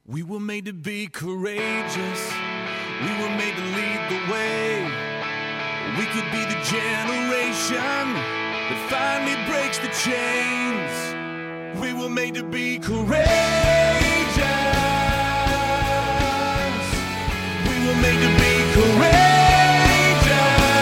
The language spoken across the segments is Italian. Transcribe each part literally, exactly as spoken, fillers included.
We were made to be courageous. We were made to lead the way. We could be the generation that finally breaks the chains. We were made to be courageous. We were made to be courageous.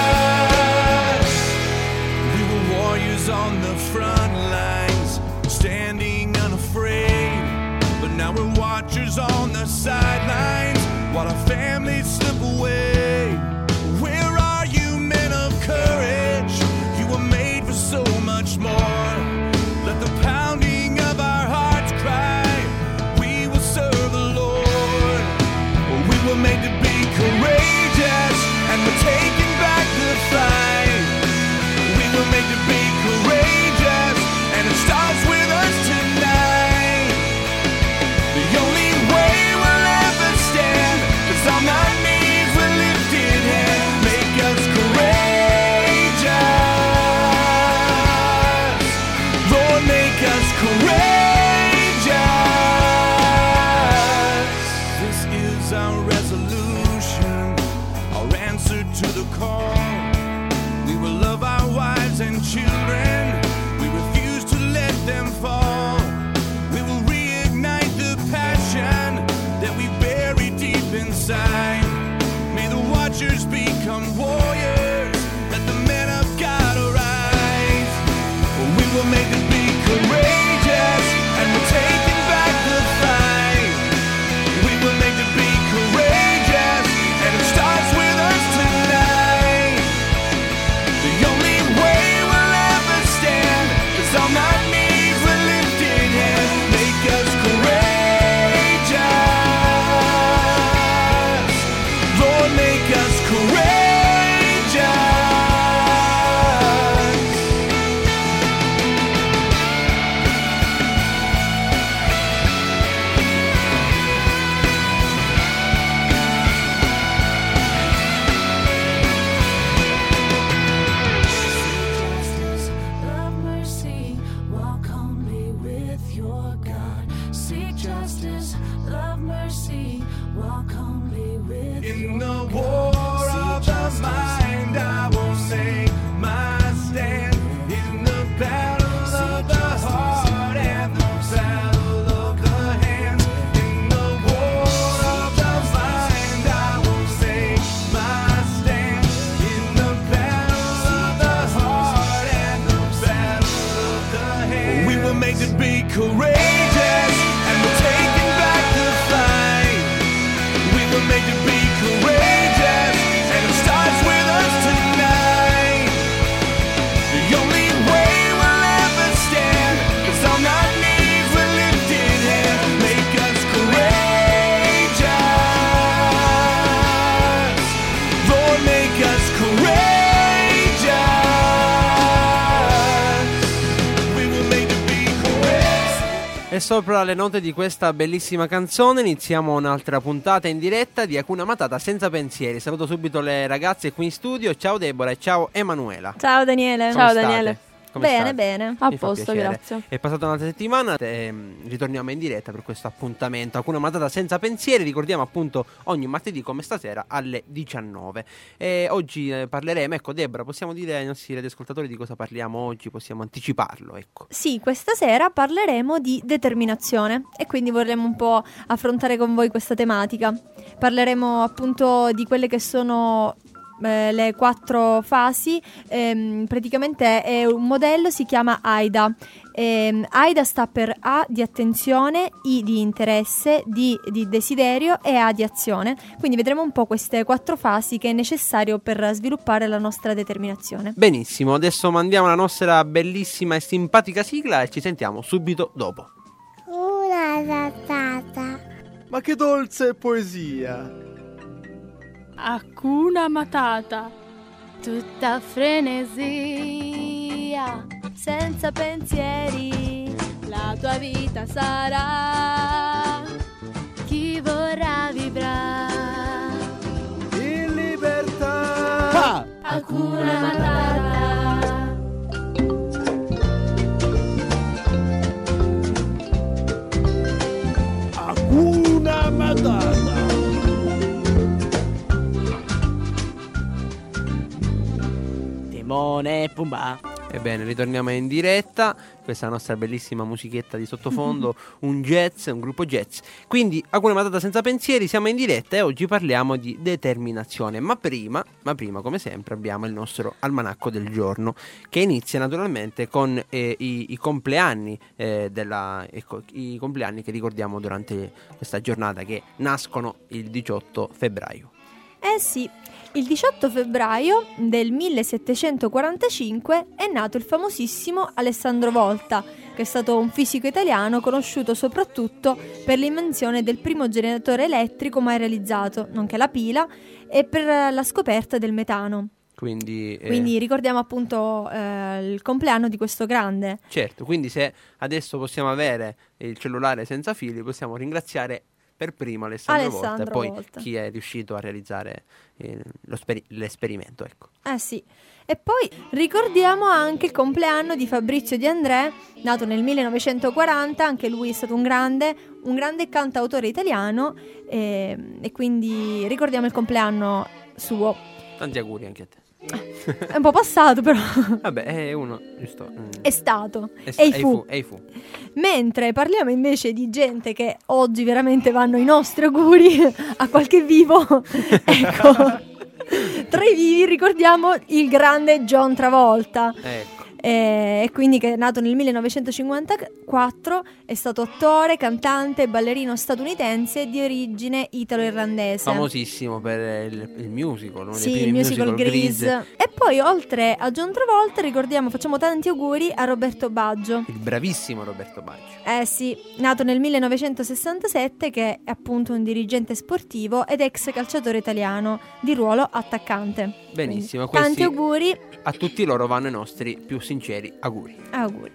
We were warriors on the front lines, standing unafraid. But now we're watchers on the sidelines while our families slip away. Where are you, men of courage? You were made for so much more. Let the pounding of our hearts cry, we will serve the Lord. We were made to be courageous, and we're taking back the fight. We were made to be courageous, and it starts with us tonight. The only way we'll ever stand is on our knees with lifted hands. Make us courageous, Lord, make us courageous. This is our resolution, our answer to the call. We will love our wives and children. We refuse to let them fall. We will reignite the passion that we bury deep inside. May the watchers become warriors. Let the men of God arise. We were made to be courageous, and we're taking back the fight. We were made to be courageous, and it starts with us tonight. The only way we'll ever stand is on our knees with lifted hands. Make us courageous, Lord, make us courageous. Love mercy, walk humbly with your God. Seek justice, love mercy, walk humbly with In your the God. war of the mind, I will say my stand. In the battle of the heart and the battle of the hands. In the war of the mind, I will say my stand. In the battle of the heart and the battle of the hands. We were made to be courageous, and we're taking back the fight. We were made to be courageous, and it starts with us tonight. The only way we'll ever stand is on our knees with lifted hands. Make us courageous, Lord, make us courageous. We were made to be courageous. E sopra le note di questa bellissima canzone iniziamo un'altra puntata in diretta di Hakuna Matata senza pensieri. Saluto subito le ragazze qui in studio. Ciao Deborah e ciao Emanuela. Ciao Daniele. Come Ciao state? Daniele. Come Bene, state? bene. Mi A fa posto, piacere. grazie. È passata un'altra settimana e ritorniamo in diretta per questo appuntamento Hakuna Matata senza pensieri. Ricordiamo appunto ogni martedì come stasera alle diciannove. E oggi eh, parleremo, ecco Deborah, possiamo dire ai nostri radioascoltatori di cosa parliamo oggi? Possiamo anticiparlo, ecco. Sì, questa sera parleremo di determinazione e quindi vorremmo un po' affrontare con voi questa tematica. Parleremo appunto di quelle che sono eh, le quattro fasi. Ehm, praticamente è un modello, si chiama AIDA. Ehm, AIDA sta per A di attenzione, I di interesse, D di desiderio e A di azione. Quindi vedremo un po' queste quattro fasi che è necessario per sviluppare la nostra determinazione. Benissimo, adesso mandiamo la nostra bellissima e simpatica sigla e ci sentiamo subito dopo. Una Matata. Ma che dolce poesia! Hakuna Matata. Tutta frenesia, senza pensieri, la tua vita sarà. Chi vorrà vivrà. In libertà! Hakuna Matata. Hakuna Matata. Timone e Pumba. Ebbene, ritorniamo in diretta. Questa è la nostra bellissima musichetta di sottofondo, un jazz, un gruppo jazz. Quindi, Hakuna Matata senza pensieri, siamo in diretta e oggi parliamo di determinazione. Ma prima, ma prima, come sempre, abbiamo il nostro almanacco del giorno, che inizia naturalmente con eh, i, i compleanni eh, della, ecco, i compleanni che ricordiamo durante questa giornata, che nascono il diciotto febbraio. Eh sì, il diciotto febbraio del millesettecentoquarantacinque è nato il famosissimo Alessandro Volta, che è stato un fisico italiano conosciuto soprattutto per l'invenzione del primo generatore elettrico mai realizzato, nonché la pila, e per la scoperta del metano. Quindi, eh, Quindi ricordiamo appunto eh, il compleanno di questo grande. certo, quindi se adesso possiamo avere il cellulare senza fili, possiamo ringraziare per primo Alessandro, Volta, Alessandro e poi Volta. chi è riuscito a realizzare eh, lo speri- l'esperimento, ecco. Eh sì. E poi ricordiamo anche il compleanno di Fabrizio De André, nato nel millenovecentoquaranta, anche lui è stato un grande, un grande cantautore italiano, e, e quindi ricordiamo il compleanno suo. Tanti auguri anche a te. È un po' passato però. Vabbè, è uno, giusto. mm. È stato. È e i è i fu. è i fu. Mentre parliamo invece di gente che oggi veramente vanno i nostri auguri a qualche vivo. Ecco. Tra i vivi ricordiamo il grande John Travolta. Ecco. E e quindi che è nato nel millenovecentocinquantaquattro, è stato attore, cantante e ballerino statunitense di origine italo-irlandese. Famosissimo per il, il musical, uno Sì, dei il primi musical Grease. E poi oltre a John Travolta ricordiamo, facciamo tanti auguri a Roberto Baggio. Il bravissimo Roberto Baggio. Eh sì, nato nel millenovecentosessantasette, che è appunto un dirigente sportivo ed ex calciatore italiano di ruolo attaccante. Benissimo, Quindi, questi- tanti auguri. A tutti loro vanno i nostri più sinceri auguri. Auguri.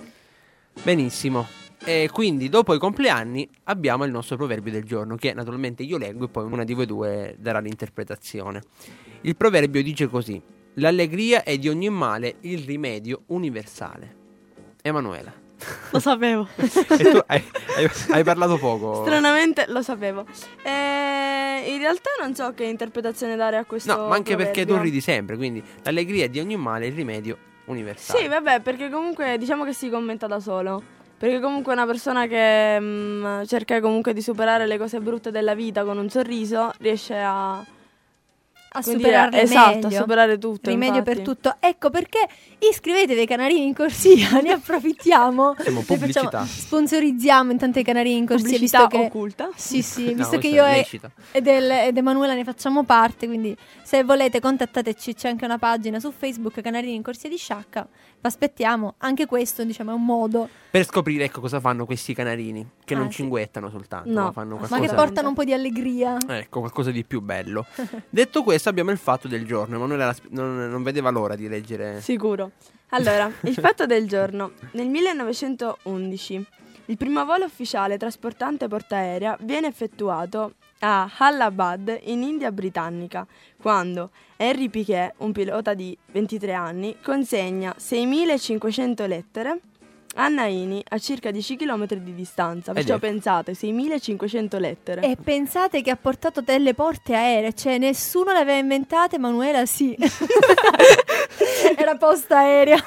Benissimo. E quindi dopo i compleanni abbiamo il nostro proverbio del giorno, che naturalmente io leggo e poi una di voi due darà l'interpretazione. Il proverbio dice così: l'allegria è di ogni male il rimedio universale. Emanuela. Lo sapevo. E tu hai, hai- hai parlato poco. Stranamente lo sapevo. Eh, in realtà non so che interpretazione dare a questo No, ma anche perché tu proverbio. ridi sempre, quindi l'allegria è di ogni male il rimedio universale. Sì, vabbè, perché comunque diciamo che si commenta da solo. Perché comunque una persona che mm, cerca comunque di superare le cose brutte della vita con un sorriso riesce a A come superarle dire, esatto, meglio. a superare tutto. Rimedio infatti. per tutto. Ecco perché iscrivetevi ai Canarini in Corsia, ne approfittiamo. Siamo Ne pubblicità. facciamo- sponsorizziamo intanto i Canarini in Corsia, Pubblicità visto che occulta. Sì, sì, No, visto che questa io è e, lecita. ed, El- ed Emanuela ne facciamo parte, quindi se volete contattateci, c'è anche una pagina su Facebook Canarini in Corsia di Sciacca. Vi aspettiamo, anche questo diciamo è un modo, Per scoprire, ecco, cosa fanno questi canarini, che Ah, non sì. cinguettano soltanto, No, ma fanno ma ma qualcosa. che portano un po' di allegria. Ecco, qualcosa di più bello. Detto questo, abbiamo il fatto del giorno. Emanuele la- non, non vedeva l'ora di leggere. Sicuro. Allora, il fatto del giorno. Nel millenovecentoundici il primo volo ufficiale trasportante portaerea viene effettuato a Allahabad in India britannica, quando Henry Piquet, un pilota di ventitré anni, consegna seimilacinquecento lettere a Naini a circa dieci chilometri di distanza. Perciò ecco. pensate, seimilacinquecento lettere. E pensate che ha portato delle porte aeree, cioè nessuno le aveva inventate, Emanuela sì. Era posta aerea.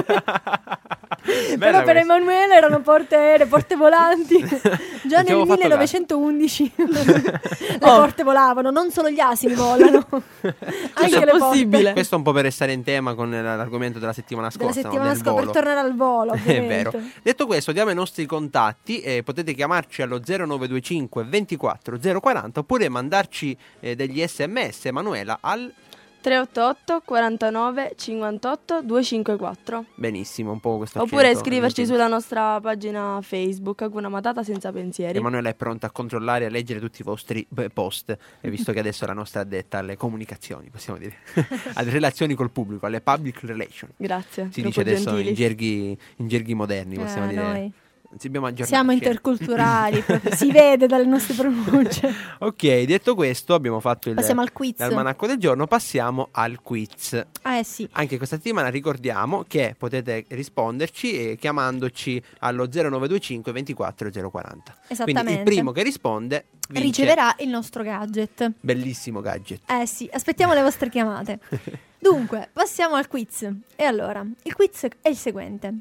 Però per questa. Emanuela erano porte aeree, porte volanti. Già Ci avevo nel fatto millenovecentoundici le porte volavano, non solo gli asini volano, anche è le possibile. Questo un po' per restare in tema con l'argomento della settimana porte. Della scorsa, no? settimana Del scorsa, per volo. tornare al volo, È ovviamente. vero. Detto questo, diamo i nostri contatti. Eh, potete chiamarci allo zero nove due cinque ventiquattro zero quaranta oppure mandarci eh, degli sms, Emanuela, al. treottantotto quarantanove cinquantotto duecentocinquantaquattro. Benissimo, un po' questo Oppure accento scriverci inutile. sulla nostra pagina Facebook Hakuna Matata senza pensieri. Emanuela è pronta a controllare e a leggere tutti i vostri beh, post, e visto che adesso è la nostra addetta alle comunicazioni, possiamo dire, alle relazioni col pubblico, alle public relation. Grazie. Si troppo dice adesso gentili. in gerghi, in gerghi moderni, possiamo Eh, dire. noi. Ci dobbiamo aggiornarci. Siamo interculturali, proprio, si vede dalle nostre pronunce. Ok, detto questo, abbiamo fatto il Passiamo al quiz. l'almanacco del giorno, passiamo al quiz. Ah, eh sì. Anche questa settimana ricordiamo che potete risponderci eh, chiamandoci allo zero nove due cinque ventiquattro zero quaranta. Esattamente. Quindi il primo che risponde vince. Riceverà il nostro gadget. Bellissimo gadget. Eh sì, aspettiamo le vostre chiamate. Dunque, passiamo al quiz. E allora, il quiz è il seguente.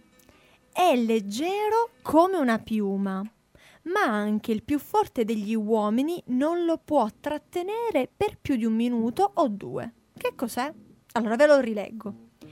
È leggero come una piuma, ma anche il più forte degli uomini non lo può trattenere per più di un minuto o due. Che cos'è? Allora ve lo rileggo.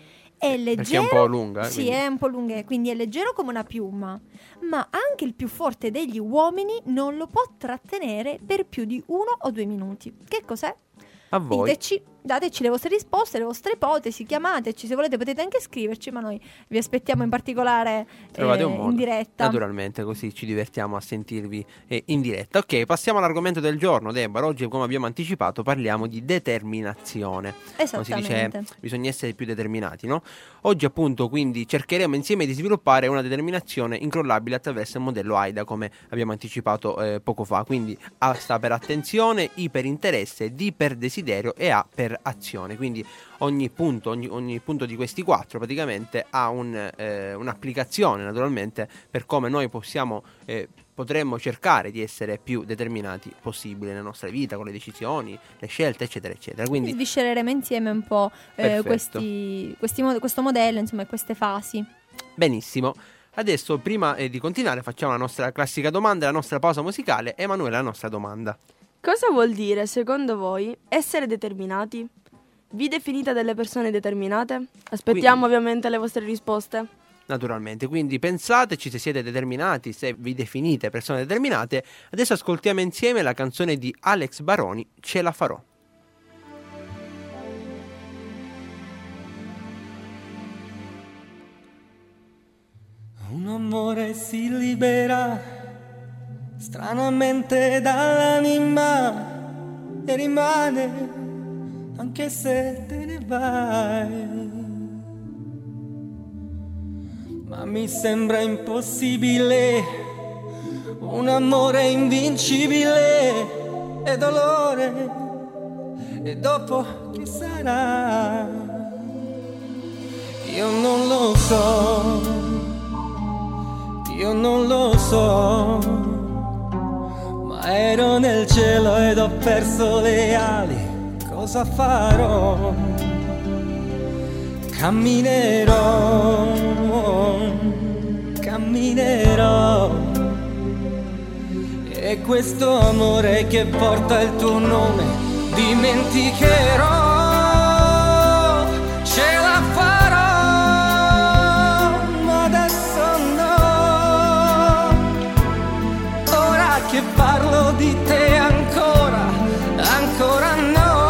È leggero. Perché è un po' lunga. Eh, Sì, quindi. è un po' lunga, quindi è leggero come una piuma, ma anche il più forte degli uomini non lo può trattenere per più di uno o due minuti. Che cos'è? A voi. Diteci, dateci le vostre risposte, le vostre ipotesi, chiamateci, se volete potete anche scriverci, ma noi vi aspettiamo in particolare Trovate eh, un modo. in diretta. Naturalmente, così ci divertiamo a sentirvi eh, in diretta. Ok, passiamo all'argomento del giorno, Deborah. Oggi, come abbiamo anticipato, parliamo di determinazione. Come si dice, bisogna essere più determinati, no? Oggi, appunto, quindi cercheremo insieme di sviluppare una determinazione incrollabile attraverso il modello AIDA, come abbiamo anticipato eh, poco fa. Quindi A sta per attenzione, I per interesse, D per desiderio e A per azione. Quindi ogni punto, ogni, ogni punto di questi quattro praticamente ha un, eh, un'applicazione, naturalmente, per come noi possiamo eh, potremmo cercare di essere più determinati possibile nella nostra vita, con le decisioni, le scelte, eccetera, eccetera. Quindi sviscereremo insieme un po' eh, Perfetto. questi, questi mo- questo modello, insomma, e queste fasi. benissimo. Adesso, prima eh, di continuare, facciamo la nostra classica domanda, la nostra pausa musicale. Emanuele, la nostra domanda. Cosa vuol dire, secondo voi, essere determinati? Vi definite delle persone determinate? Aspettiamo Quindi- ovviamente le vostre risposte. Naturalmente, quindi pensateci se siete determinati, se vi definite persone determinate. Adesso ascoltiamo insieme la canzone di Alex Baroni, Ce la farò. Un amore si libera stranamente dall'anima e rimane anche se te ne vai. Ma mi sembra impossibile un amore invincibile e dolore, e dopo che sarà? Io non lo so, io non lo so, ma ero nel cielo ed ho perso le ali. Cosa farò? Camminerò, camminerò, e questo amore che porta il tuo nome dimenticherò. Ce la farò, ma adesso no. Ora che parlo di te ancora, ancora no.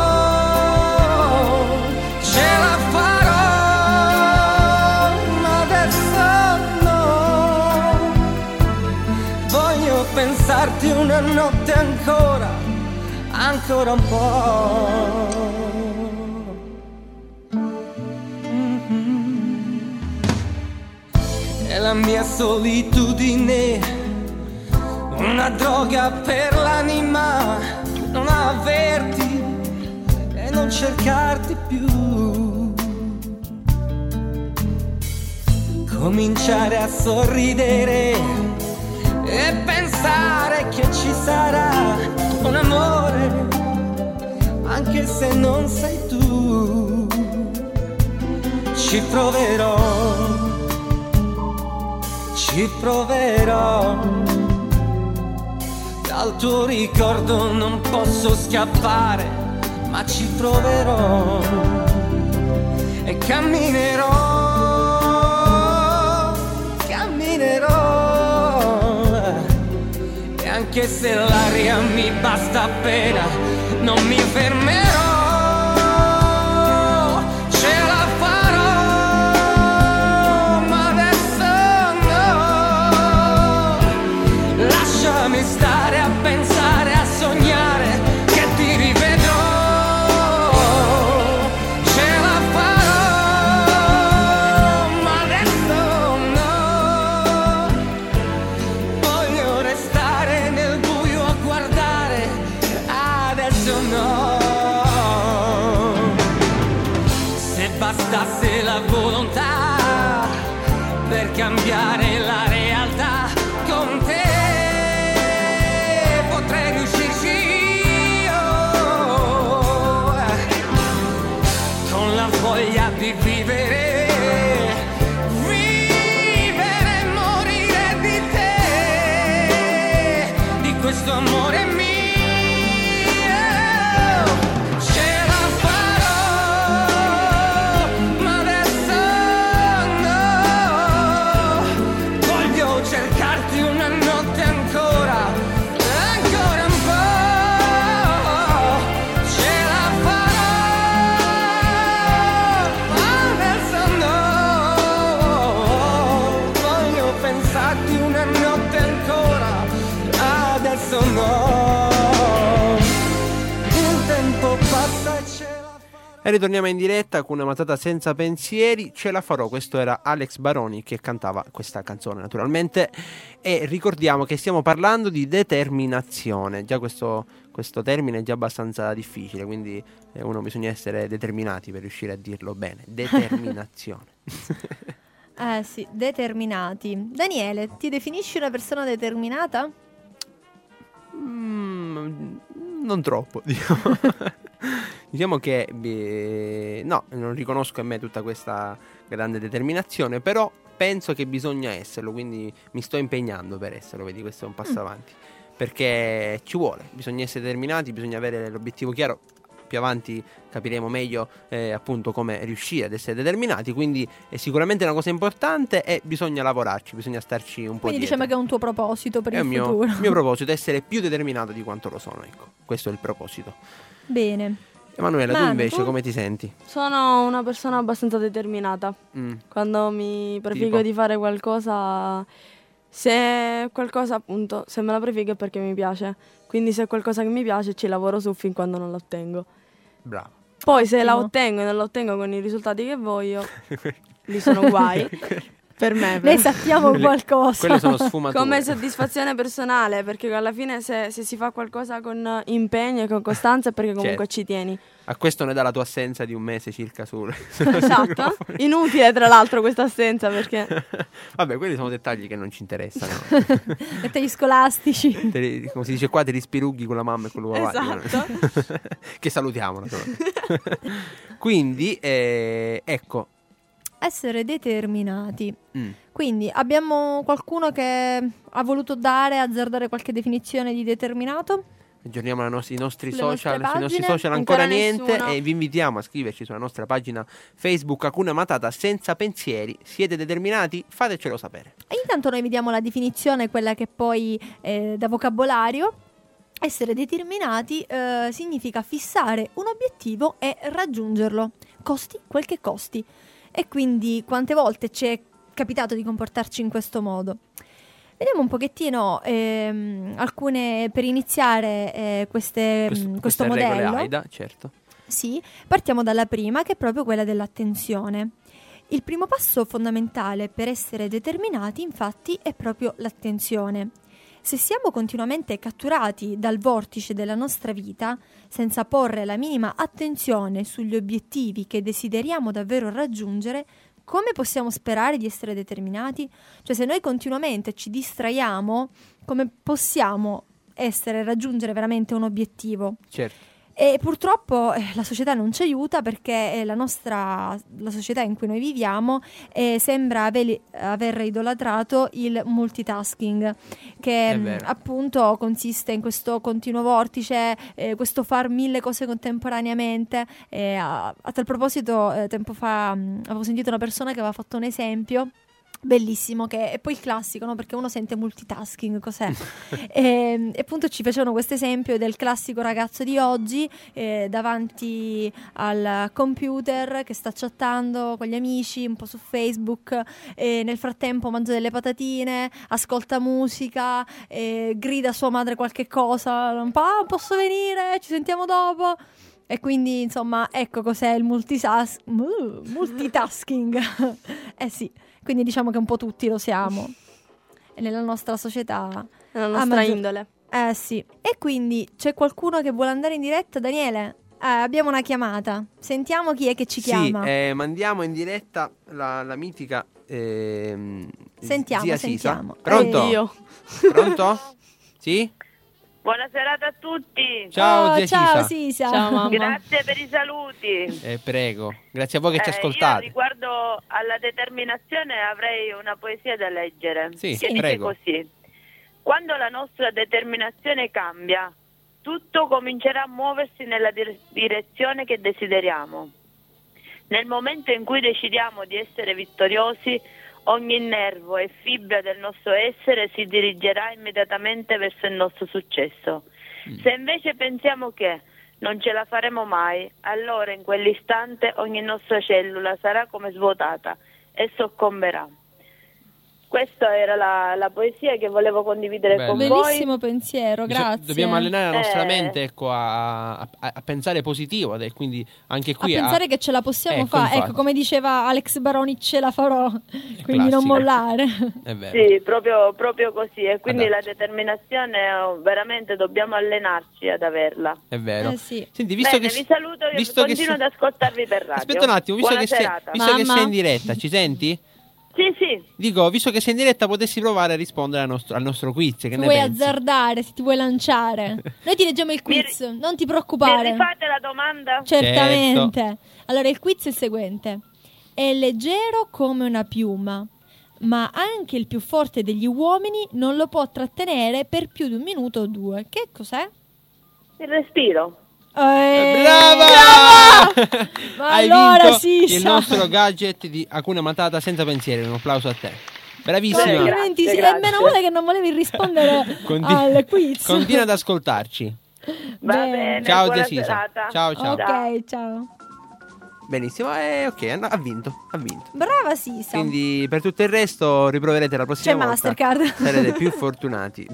Pensarti una notte ancora, ancora un po'. Mm-hmm. È la mia solitudine, una droga per l'anima, non averti e non cercarti più. Cominciare a sorridere e pensare che ci sarà un amore, anche se non sei tu. Ci proverò, ci proverò. Dal tuo ricordo non posso scappare, ma ci proverò e camminerò, camminerò. Anche se l'aria mi basta appena, non mi fermerò. Ce la farò, ma adesso no. Lasciami stare a pensare, a sognare che ti rivedrò. Ce la farò, ma adesso no. bastasse la volontà per cambiare la realtà, con te potrei riuscirci io, con la voglia di vivere. Questo amore mio, ce la farò, ma adesso no. Voglio cercarti una notte ancora, ancora un po'. Ce la farò, ma adesso no. Voglio pensarti una notte ancora, adesso no, il tempo passa e ce la farò. E ritorniamo in diretta con una matata senza pensieri, ce la farò. Questo era Alex Baroni che cantava questa canzone naturalmente. E ricordiamo che stiamo parlando di determinazione. Già questo, questo termine è già abbastanza difficile, quindi eh, uno bisogna essere determinati per riuscire a dirlo bene. Determinazione. Eh sì, determinati. Daniele, ti definisci una persona determinata? Mm, non troppo, diciamo. Diciamo che beh, no, non riconosco in me tutta questa grande determinazione, però penso che bisogna esserlo, quindi mi sto impegnando per esserlo, vedi, questo è un passo mm. avanti, perché ci vuole, bisogna essere determinati, bisogna avere l'obiettivo chiaro. Più avanti capiremo meglio eh, appunto come riuscire ad essere determinati, quindi è sicuramente una cosa importante e bisogna lavorarci, bisogna starci un po' quindi dietro. Diciamo che è un tuo proposito per è il il mio, futuro. il mio proposito è essere più determinato di quanto lo sono, ecco, questo è il proposito. Bene. Emanuela, Manu, tu invece tu? come ti senti? Sono una persona abbastanza determinata. Mm. Quando mi prefigo Tipo? di fare qualcosa, se qualcosa appunto, se me la prefigo è perché mi piace. Quindi se è qualcosa che mi piace ci lavoro su fin quando non la ottengo. Bravo. Poi se la Ottimo. ottengo e non la ottengo con i risultati che voglio, lì sono guai. Per me. Per Noi sappiamo Quelle- qualcosa. Quelle sono sfumature. Come soddisfazione personale, perché alla fine se, se si fa qualcosa con impegno e con costanza è perché comunque Certo. ci tieni. A questo ne dà la tua assenza di un mese circa sul Esatto. Inutile tra l'altro questa assenza perché Vabbè, quelli sono dettagli che non ci interessano. Dettagli scolastici. Te li- come si dice qua, te li spirughi con la mamma e con l'uovo. Esatto. Che salutiamo naturalmente. Quindi eh, ecco. Essere determinati. Mm. Quindi abbiamo qualcuno che ha voluto dare, azzardare qualche definizione di determinato? Aggiorniamo la nos- i nostri Sulle social, nostre sui nostri pagine? social ancora, Ancora niente, nessuno. e vi invitiamo a scriverci sulla nostra pagina Facebook Hakuna Matata senza pensieri. Siete determinati? Fatecelo sapere. E intanto noi vi diamo la definizione, quella che poi eh, da vocabolario. Essere determinati eh, significa fissare un obiettivo e raggiungerlo, costi quel che costi. E quindi quante volte ci è capitato di comportarci in questo modo? Vediamo un pochettino ehm, alcune, per iniziare eh, queste, Questo, mh, questo queste regole modello. AIDA, certo. Sì, partiamo dalla prima, che è proprio quella dell'attenzione. Il primo passo fondamentale per essere determinati, infatti, è proprio l'attenzione. Se siamo continuamente catturati dal vortice della nostra vita, senza porre la minima attenzione sugli obiettivi che desideriamo davvero raggiungere, come possiamo sperare di essere determinati? Cioè, se noi continuamente ci distraiamo, come possiamo essere, raggiungere veramente un obiettivo? Certo. E purtroppo eh, la società non ci aiuta, perché eh, la nostra la società in cui noi viviamo eh, sembra aver, aver idolatrato il multitasking, che È mh, vero. appunto consiste in questo continuo vortice, eh, questo far mille cose contemporaneamente. Eh, a, a tal proposito, eh, tempo fa mh, avevo sentito una persona che aveva fatto un esempio bellissimo, che è poi il classico, no? Perché uno sente multitasking, cos'è? e, e appunto ci facevano questo esempio del classico ragazzo di oggi eh, davanti al computer che sta chattando con gli amici un po' su Facebook, e nel frattempo mangia delle patatine, ascolta musica, e grida a sua madre qualche cosa, un po', "Ah, posso venire? Ci sentiamo dopo?" E quindi, insomma, ecco cos'è il multitas- uh, multitasking. Eh sì, quindi diciamo che un po' tutti lo siamo. E nella nostra società... è la a nostra maggior- indole. Eh sì. E quindi c'è qualcuno che vuole andare in diretta? Daniele, abbiamo una chiamata. Sentiamo chi è che ci Sì, chiama. eh, mandiamo in diretta la, la mitica ehm, Sentiamo, zia sentiamo. Sisa. Pronto? Eh, io. Pronto? Sì? Buona serata a tutti. Ciao, Oh, zia ciao Sisa. Sisa. Ciao, mamma. Grazie per i saluti. Eh, prego, grazie a voi che ci Eh, ascoltate. Io riguardo alla determinazione avrei una poesia da leggere. Sì, che dice prego. così. Quando la nostra determinazione cambia, tutto comincerà a muoversi nella dire- direzione che desideriamo. Nel momento in cui decidiamo di essere vittoriosi, ogni nervo e fibra del nostro essere si dirigerà immediatamente verso il nostro successo. Mm. Se invece pensiamo che non ce la faremo mai, allora in quell'istante ogni nostra cellula sarà come svuotata e soccomberà. Questa era la, la poesia che volevo condividere Bello. con Bellissimo voi. pensiero, Dice- grazie. Dobbiamo allenare la nostra Eh. mente, ecco, a, a- a pensare positivo e quindi anche A qui pensare che ce la possiamo Ecco, fare. infatti. Ecco, come diceva Alex Baroni, ce la farò. Quindi non classico. mollare. È vero. Sì, proprio, proprio così. E quindi Adatto. la determinazione oh, veramente dobbiamo allenarci ad averla. È vero. Eh sì. Senti, visto Bene, che vi saluto e visto che continuo se- ad ascoltarvi per radio. Aspetta un attimo, visto, Buona che sei, serata. visto che Mamma. sei in diretta, ci senti? Sì, sì. Dico, visto che sei in diretta, potessi provare a rispondere al nostro, al nostro quiz. Che Ti ne vuoi pensi? azzardare, se ti vuoi lanciare. Noi ti leggiamo il Mi quiz, ri- non ti Mi preoccupare. rifate la domanda? Certamente. Allora, il quiz è il seguente. È leggero come una piuma, ma anche il più forte degli uomini non lo può trattenere per più di un minuto o due. Che cos'è? Il respiro. Eh, Brava! Ma Hai allora vinto sì, il sa. nostro gadget di Hakuna Matata senza pensieri. Un applauso a te. Bravissima. Bene, Complimenti, grazie, sì. grazie. E meno male che non volevi rispondere Conti- al quiz. Continua ad ascoltarci. Va Bene. bene, Ciao, buona zia Sisa. serata. Ciao, ciao. Ok, ciao. Benissimo. E ok, ha ha vinto. Ha vinto. Brava Sisa. Quindi per tutto il resto riproverete la prossima C'è volta. Mastercard. Sarete più fortunati.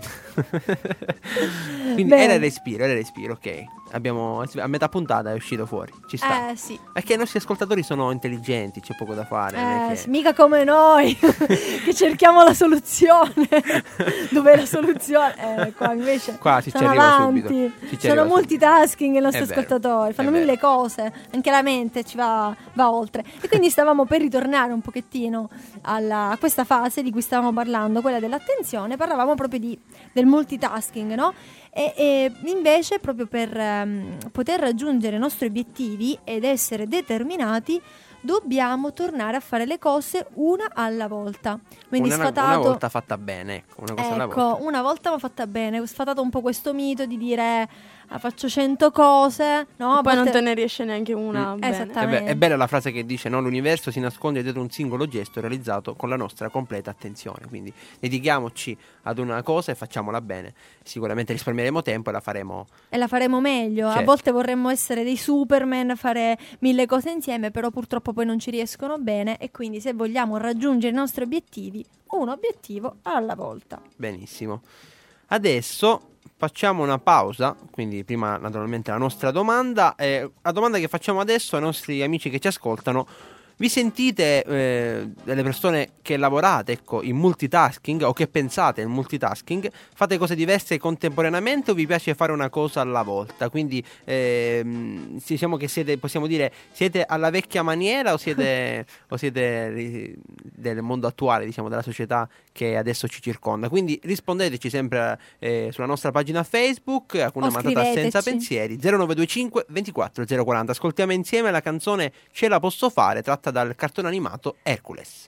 Quindi Bene. era il respiro, era il respiro, ok. Abbiamo, a metà puntata è uscito fuori. Ci sta. Eh sì. Perché i nostri ascoltatori sono intelligenti, c'è poco da fare. non è Eh, che- sì, mica come noi che cerchiamo la soluzione. Dov'è la soluzione? Eh, qua invece Qua si ci sono arriva avanti. subito. Ci ci Sono arriva multitasking i nostri È vero, ascoltatori, fanno è vero. mille cose, anche la mente ci va, va oltre. E quindi stavamo per ritornare un pochettino alla, a questa fase di cui stavamo parlando, quella dell'attenzione. Parlavamo proprio di, del multitasking, no? E, e invece proprio per ehm, poter raggiungere i nostri obiettivi ed essere determinati dobbiamo tornare a fare le cose una alla volta. Quindi una, sfatato una volta fatta bene, ecco, una cosa alla ecco, volta. una volta l'ho fatta bene, ho sfatato un po' questo mito di dire ah, faccio cento cose, no? A Poi non volte- te ne riesce neanche una Mm. bene. Esatto. È, be- è bella la frase che dice: no, l'universo si nasconde dietro un singolo gesto realizzato con la nostra completa attenzione. Quindi dedichiamoci ad una cosa e facciamola bene. Sicuramente risparmieremo tempo e la faremo. E la faremo meglio. A Certo. volte vorremmo essere dei Superman, fare mille cose insieme, però purtroppo poi non ci riescono bene. E quindi, se vogliamo raggiungere i nostri obiettivi, un obiettivo alla volta. Benissimo. Adesso facciamo una pausa. Quindi, prima, naturalmente, la nostra domanda. Eh, la domanda che facciamo adesso ai nostri amici che ci ascoltano. Vi sentite eh, delle persone che lavorate, ecco, in multitasking o che pensate in multitasking? Fate cose diverse contemporaneamente o vi piace fare una cosa alla volta? Quindi ehm, sì, diciamo che siete, possiamo dire, siete alla vecchia maniera o siete, o siete ri- del mondo attuale, diciamo, della società che adesso ci circonda? Quindi rispondeteci sempre eh, sulla nostra pagina Facebook, Hakuna O Matata scriveteci. senza pensieri, zero nove due cinque ventiquattro zero quaranta. Ascoltiamo insieme la canzone Ce la posso fare, tratta dal cartone animato Hercules.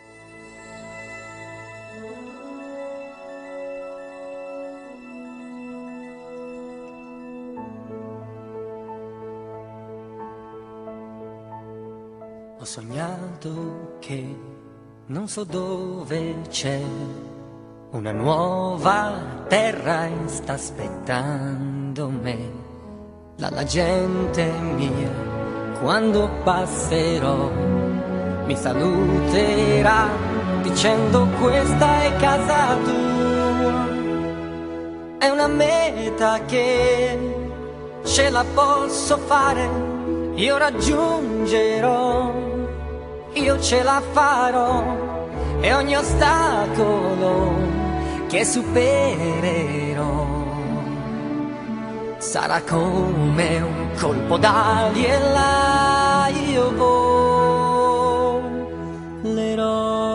Ho sognato che non so dove c'è una nuova terra e sta aspettando me. La, la gente mia, quando passerò, mi saluterà dicendo questa è casa tua. È una meta che ce la posso fare, io raggiungerò, io ce la farò e ogni ostacolo che supererò sarà come un colpo d'ali e là io volerò.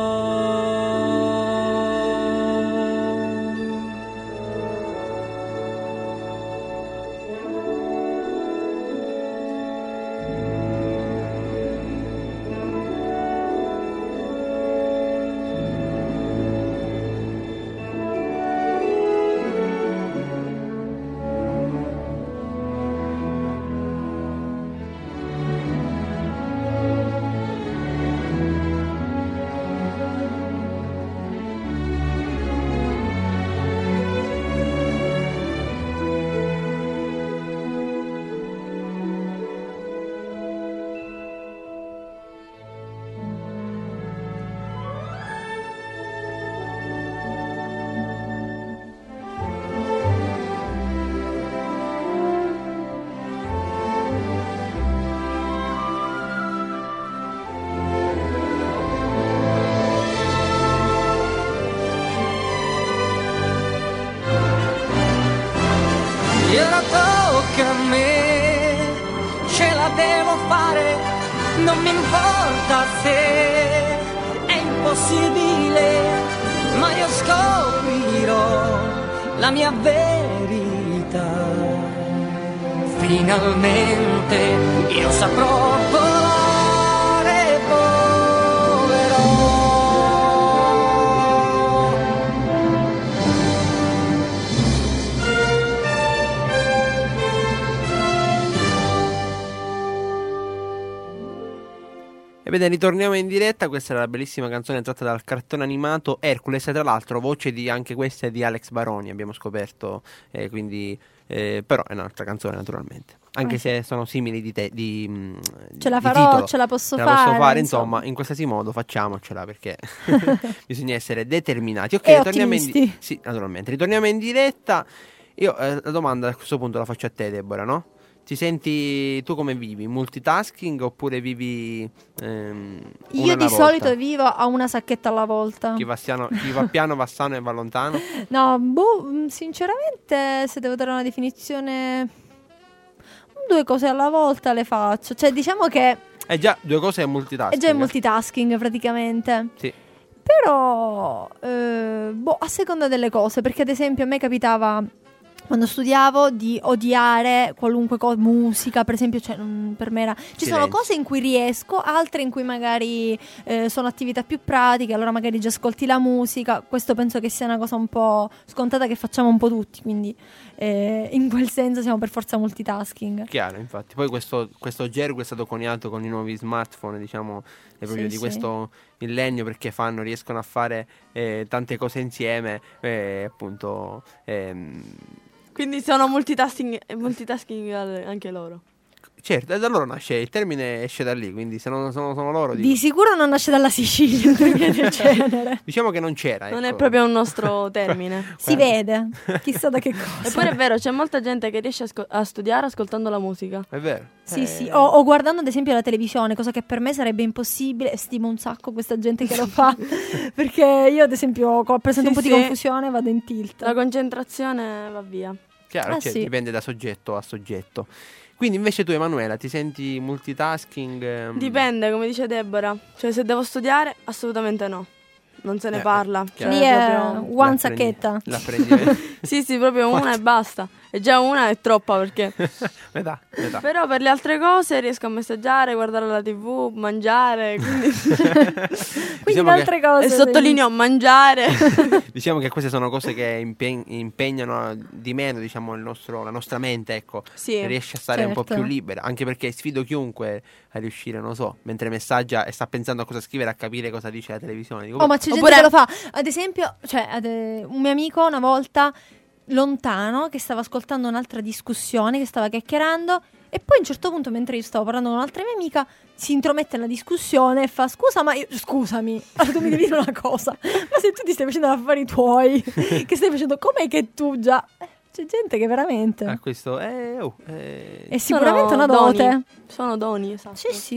E ora tocca a me, ce la devo fare, non mi importa se è impossibile, ma io scoprirò la mia verità. Finalmente io saprò volare, volerò. E bene, ritorniamo in diretta. Questa era la bellissima canzone tratta dal cartone animato Hercules, e tra l'altro voce di anche questa è di Alex Baroni, abbiamo scoperto, eh, quindi eh, però è un'altra canzone naturalmente, anche Ah, se sono simili di te, di, mh, Ce la di farò, titolo. ce la posso Ce fare, posso fare, insomma. insomma, in qualsiasi modo facciamocela, perché bisogna essere determinati. Ok, E ritorniamo in ottimisti. di- sì, naturalmente, ritorniamo in diretta. Io eh, la domanda a questo punto la faccio a te, Deborah, no? Ti senti, tu come vivi? Multitasking oppure vivi ehm, una Io alla di volta? solito vivo a una sacchetta alla volta. Chi va, siano- chi va piano va sano e va lontano? No, boh, mh, sinceramente, se devo dare una definizione, due cose alla volta le faccio. Cioè, diciamo che È già due cose è multitasking. è già in multitasking praticamente. Sì. Però, eh, boh, a seconda delle cose, perché ad esempio a me capitava quando studiavo di odiare qualunque cosa, musica, per esempio, cioè, non- per me era... Ci sono Silenzio. cose in cui riesco, altre in cui magari eh, sono attività più pratiche, allora magari già ascolti la musica. Questo penso che sia una cosa un po' scontata che facciamo un po' tutti, quindi eh, in quel senso siamo per forza multitasking. Chiaro, infatti. Poi questo, questo gergo è stato coniato con i nuovi smartphone, diciamo, è proprio Sì, di sì. questo millennio, perché fanno, riescono a fare eh, tante cose insieme, eh, appunto... ehm, Quindi sono multitasking, multitasking anche loro. certo, e da loro nasce, il termine esce da lì, quindi se non sono, sono loro... dico- Di sicuro non nasce dalla Sicilia, perché del genere. Diciamo che non c'era, Non ecco. è proprio un nostro termine. Si vede, chissà da che cosa. Eppure è vero, c'è molta gente che riesce a, sco- a studiare ascoltando la musica. È vero. Sì, Eh, sì, o, o guardando ad esempio la televisione, cosa che per me sarebbe impossibile, e stimo un sacco questa gente che lo fa, perché io ad esempio co- presento Sì, un po' sì. di confusione, vado in tilt. La concentrazione va via. Chiaro, Ah, cioè, sì. dipende da soggetto a soggetto. Quindi invece tu, Emanuela, ti senti multitasking? ehm, Dipende, come dice Deborah. Cioè, se devo studiare, assolutamente no. Non se ne Eh, parla. eh, Cioè, Lì è proprio- one l'apprendi- sacchetta. l'apprendi- Sì, sì, proprio una e basta. E già una è troppa perché. metà, metà. Però per le altre cose riesco a messaggiare, guardare la tivù, mangiare. Quindi... Quindi Diciamo in che- altre cose. e sottolineo mangiare. Diciamo che queste sono cose che impe- impegnano di meno, diciamo, il nostro, la nostra mente, ecco, Sì. che riesce a stare un po' certo. più libera, anche perché sfido chiunque a riuscire, non so, mentre messaggia e sta pensando a cosa scrivere, a capire cosa dice la televisione. Dico, Oh, ma c'è gente Oppure- che lo fa. Ad esempio, cioè, ad, eh, un mio amico una volta lontano che stava ascoltando un'altra discussione, che stava chiacchierando, e poi a un certo punto, mentre io stavo parlando con un'altra mia amica, si intromette nella discussione e fa: scusa, ma io, scusami, allora tu mi devi dire una cosa, ma se tu ti stai facendo affari tuoi, che stai facendo, com'è che tu già... Eh, c'è gente che veramente... a questo eh, oh, eh, È sicuramente Sono una dote. doni. Sono doni, esatto. Sì, sì.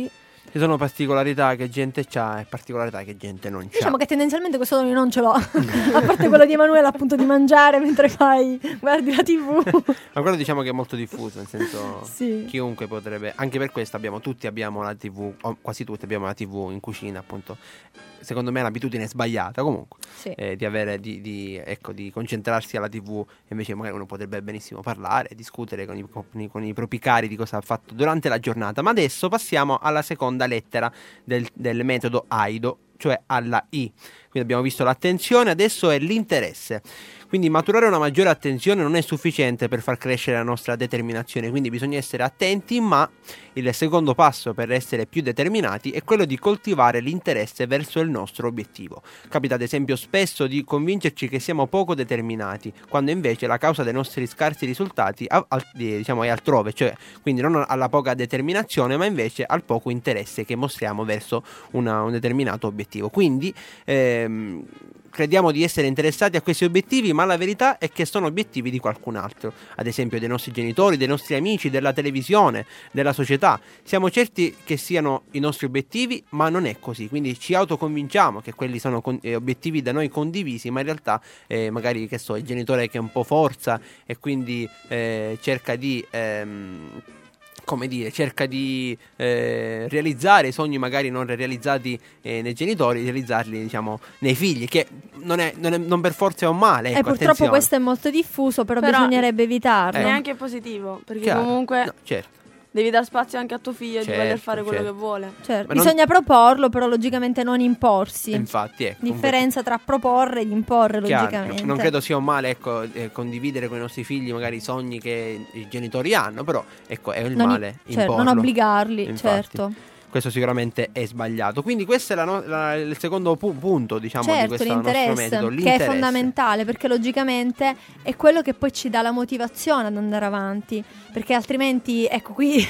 Ci sono particolarità che gente c'ha e particolarità che gente non c'ha. Diciamo che tendenzialmente questo dono io non ce l'ho. A parte quello di Emanuele, appunto, di mangiare mentre fai guardi la tivù. Ma quello diciamo che è molto diffuso, nel senso sì. chiunque potrebbe. Anche per questo abbiamo tutti abbiamo la tivù, o quasi tutti abbiamo la tivù in cucina, appunto. Secondo me è l'abitudine sbagliata comunque sì. eh, di avere di, di, ecco, di concentrarsi alla tivù, e invece magari uno potrebbe benissimo parlare, discutere con i, con, i, con i propri cari di cosa ha fatto durante la giornata. Ma adesso passiamo alla seconda lettera del, del metodo AIDO, cioè alla I. Quindi abbiamo visto l'attenzione, adesso è l'interesse. Quindi maturare una maggiore attenzione non è sufficiente per far crescere la nostra determinazione, quindi bisogna essere attenti, ma il secondo passo per essere più determinati è quello di coltivare l'interesse verso il nostro obiettivo. Capita ad esempio spesso di convincerci che siamo poco determinati, quando invece la causa dei nostri scarsi risultati a, a, diciamo, è altrove, cioè quindi non alla poca determinazione, ma invece al poco interesse che mostriamo verso una, un determinato obiettivo. Quindi ehm, crediamo di essere interessati a questi obiettivi, ma la verità è che sono obiettivi di qualcun altro, ad esempio dei nostri genitori, dei nostri amici, della televisione, della società. Siamo certi che siano i nostri obiettivi, ma non è così, quindi ci autoconvinciamo che quelli sono con- eh, obiettivi da noi condivisi, ma in realtà eh, magari, che so, il genitore che è un po' forza e quindi eh, cerca di... Ehm, come dire, cerca di eh, realizzare i sogni magari non realizzati eh, nei genitori, realizzarli, diciamo, nei figli, che non è, non è non per forza è un male. E ecco, purtroppo attenzione. questo è molto diffuso, però, Però bisognerebbe evitarlo. È anche positivo, perché Chiaro. comunque No, certo. devi dar spazio anche a tuo figlio Certo, di voler fare quello certo. che vuole. Certo, Ma non- bisogna proporlo, però logicamente non imporsi. Infatti, ecco, Differenza tra proporre e imporre, chiaro, logicamente. non credo sia un male, ecco, eh, condividere con i nostri figli magari i sogni che i genitori hanno, però ecco, è il Non i- male certo, imporlo. non obbligarli, Infatti. certo. Questo sicuramente è sbagliato. Quindi questo è la no- la- il secondo pu- punto, diciamo, di Certo, questo nostro l'interesse, metodo, che l'interesse. è fondamentale, perché logicamente è quello che poi ci dà la motivazione ad andare avanti, perché altrimenti, ecco qui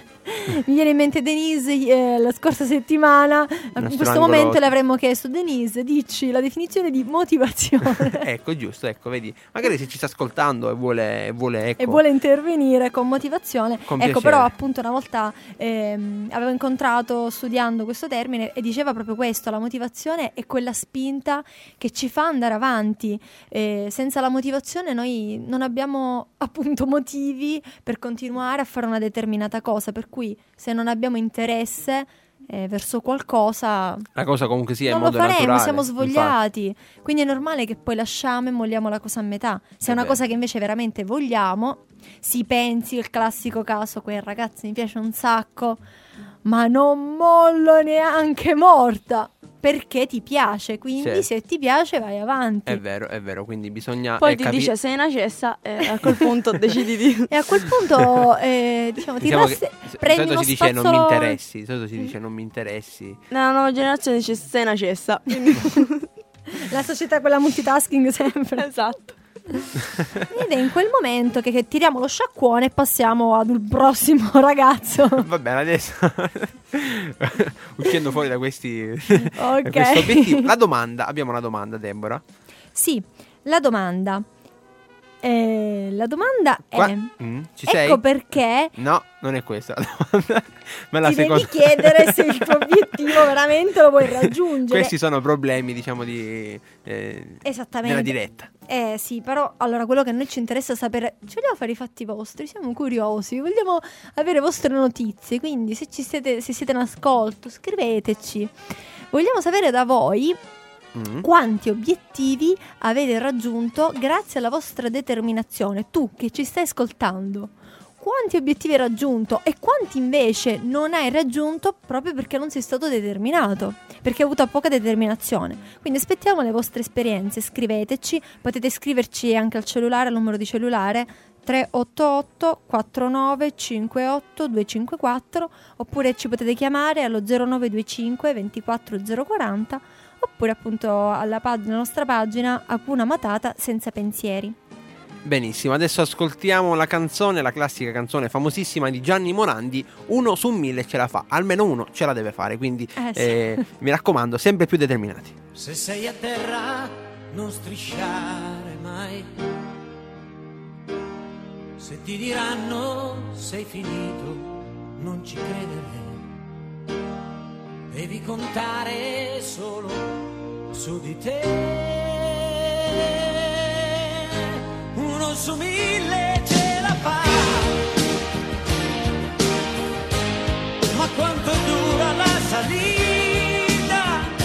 mi viene in mente Denise eh, la scorsa settimana, in questo angolo- momento le avremmo chiesto: Denise, dici la definizione di motivazione. Ecco, giusto, ecco, vedi, magari se ci sta ascoltando e vuole, vuole, ecco, E vuole intervenire con motivazione. Con ecco, piacere. però appunto una volta ehm, avevo incontrato studiando questo termine e diceva proprio questo: la motivazione è quella spinta che ci fa andare avanti. Eh, senza la motivazione noi non abbiamo appunto motivi per continuare a fare una determinata cosa, per cui se non abbiamo interesse eh, verso qualcosa la cosa comunque sia in non lo modo faremo, naturale. siamo infatti. svogliati. Quindi è normale che poi lasciamo e molliamo la cosa a metà. Se è È una vero. cosa che invece veramente vogliamo, si pensi il classico caso: quel ragazzo mi piace un sacco, ma non mollo neanche morta, perché ti piace. Quindi Certo. se ti piace vai avanti. È vero, è vero, quindi bisogna Poi eh, ti capi- dice sei una cessa e a quel punto decidi di... E a quel punto eh, diciamo ti diciamo rasse- che, di prendi solito uno si dice non mi spazzolone. interessi, di solito si dice non mi interessi. Nella nuova generazione dice sei una cessa. Quindi... La società, quella multitasking sempre. esatto. Ed è in quel momento che, che tiriamo lo sciacquone e passiamo ad un prossimo ragazzo. Va bene, adesso uscendo fuori da questi Ok. da questo obiettivo, la domanda, abbiamo una domanda, Deborah. Sì, la domanda. Eh, la domanda Qua- è: Mm, ci ecco sei? perché No, non è questa la domanda. Ma la ti seconda... devi chiedere se il tuo obiettivo veramente lo vuoi raggiungere. Questi sono problemi, diciamo, di eh, Esattamente. della diretta. Eh sì, però allora quello che a noi ci interessa sapere, ci vogliamo fare i fatti vostri, siamo curiosi, vogliamo avere vostre notizie, quindi se ci siete, se siete in ascolto, scriveteci. Vogliamo sapere da voi Mm. quanti obiettivi avete raggiunto grazie alla vostra determinazione. Tu che ci stai ascoltando, quanti obiettivi hai raggiunto e quanti invece non hai raggiunto proprio perché non sei stato determinato, perché hai avuto poca determinazione. Quindi aspettiamo le vostre esperienze, scriveteci, potete scriverci anche al cellulare, al numero di cellulare tre otto otto quattro nove cinque otto due cinque quattro, oppure ci potete chiamare allo zero nove due cinque ventiquattro zero quaranta, oppure appunto alla, pag- alla nostra pagina Hakuna Matata senza pensieri. Benissimo, adesso ascoltiamo la canzone, la classica canzone famosissima di Gianni Morandi, uno su mille ce la fa, almeno uno ce la deve fare, quindi Eh, sì. eh, mi raccomando, sempre più determinati. Se sei a terra non strisciare mai. Se ti diranno sei finito non ci credere. devi contare solo su di te. Uno su mille ce la fa, ma quanto dura la salita?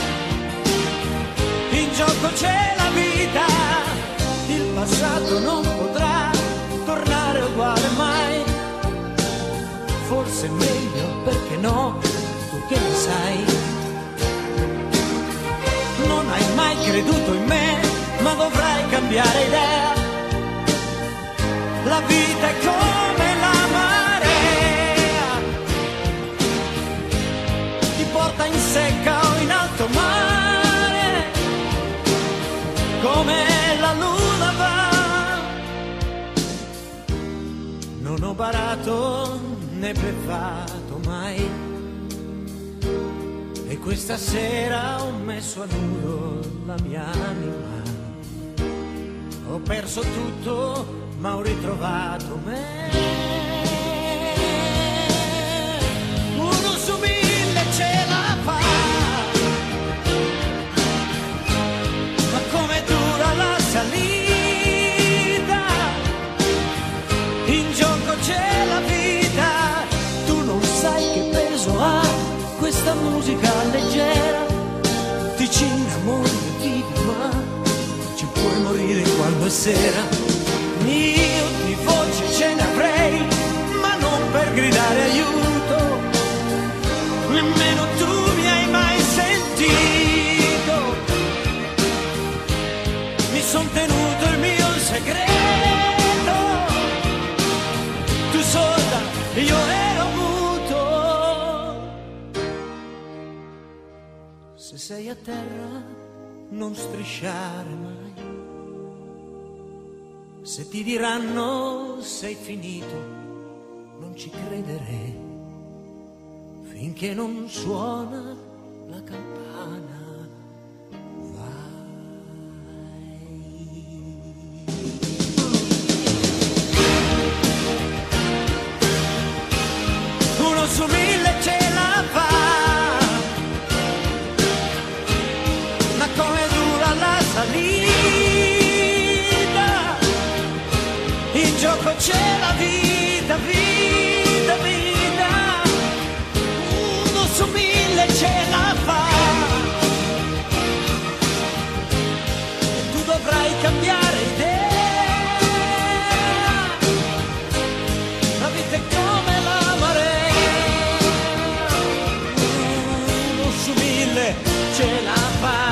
In gioco c'è la vita, il passato non potrà tornare uguale mai. Forse è meglio, perché no, tu che ne sai. Non hai mai creduto in me, ma dovrai cambiare idea. La vita è come la marea, ti porta in secca o in alto mare, come la luna va. Non ho barato né bleffato mai, e questa sera ho messo a nudo la mia anima. Ho perso tutto, ma ho ritrovato me. Uno su mille ce la fa, ma come dura la salita? In gioco c'è la vita, tu non sai che peso ha questa musica leggera. Ti ci innamori e vivi, ma ci puoi morire quando è sera. Io di voce ce ne avrei, ma non per gridare aiuto, nemmeno tu mi hai mai sentito. Mi son tenuto il mio segreto, tu sorda, io ero muto. Se sei a terra non strisciare mai, se ti diranno sei finito, non ci credere, finché non suona la campana. Vai. Uno su mille ce la fa, ma come dura la salita? In gioco c'è la vita, vita, vita. Uno su mille ce la fa, e tu dovrai cambiare idea. La vita è come la marea, uno su mille ce la fa.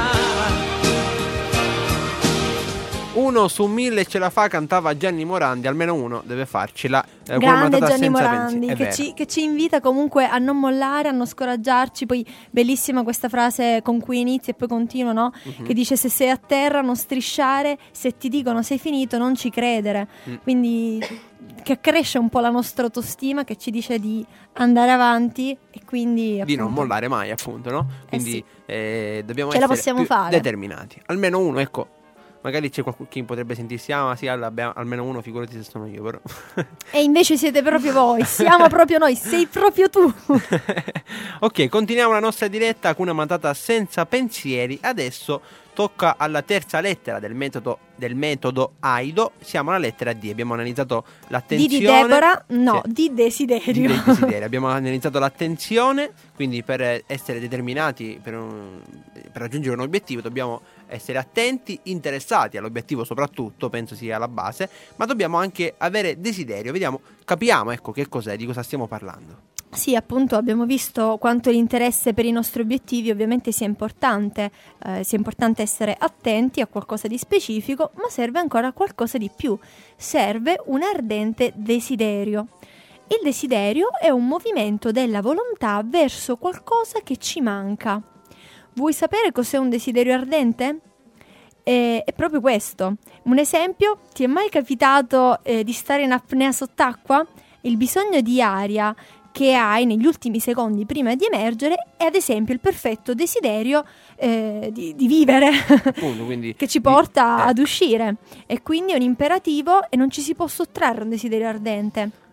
Uno su mille ce la fa, cantava Gianni Morandi, almeno uno deve farcela. Eh, Grande Gianni senza Morandi, pensi- che ci, che ci invita comunque a non mollare, a non scoraggiarci. Poi bellissima questa frase con cui inizia e poi continua, no? Mhm. Che dice: se sei a terra non strisciare, se ti dicono sei finito non ci credere. Mm. Quindi che cresce un po' la nostra autostima, che ci dice di andare avanti e quindi di appunto, non mollare mai, appunto, no? Quindi sì. eh, dobbiamo Ce la essere possiamo più fare. determinati. Almeno uno, ecco. Magari c'è qualcuno che potrebbe sentirsi, ah, ma sì, allora, abbiamo almeno uno, figurati se sono io, però. E invece siete proprio voi, siamo proprio noi, sei proprio tu. Ok, continuiamo la nostra diretta con una matata senza pensieri. Adesso tocca alla terza lettera del metodo, del metodo AIDO. Siamo alla lettera D. Abbiamo analizzato Di l'attenzione. di Deborah, no, Sì. di desiderio. Di desiderio. Abbiamo analizzato l'attenzione, quindi per essere determinati, per, un- per raggiungere un obiettivo dobbiamo essere attenti, interessati all'obiettivo soprattutto, penso sia la base, ma dobbiamo anche avere desiderio. Vediamo, capiamo, ecco, che cos'è, di cosa stiamo parlando. Sì, appunto abbiamo visto quanto l'interesse per i nostri obiettivi ovviamente sia importante, eh, sia importante essere attenti a qualcosa di specifico, ma serve ancora qualcosa di più, serve un ardente desiderio. Il desiderio è un movimento della volontà verso qualcosa che ci manca. Vuoi sapere cos'è un desiderio ardente? Eh, è proprio questo. Un esempio, ti è mai capitato eh, di stare in apnea sott'acqua? Il bisogno di aria che hai negli ultimi secondi prima di emergere è ad esempio il perfetto desiderio eh, di, di vivere Appunto, quindi che ci porta di- eh. ad uscire, e quindi è un imperativo e non ci si può sottrarre a un desiderio ardente.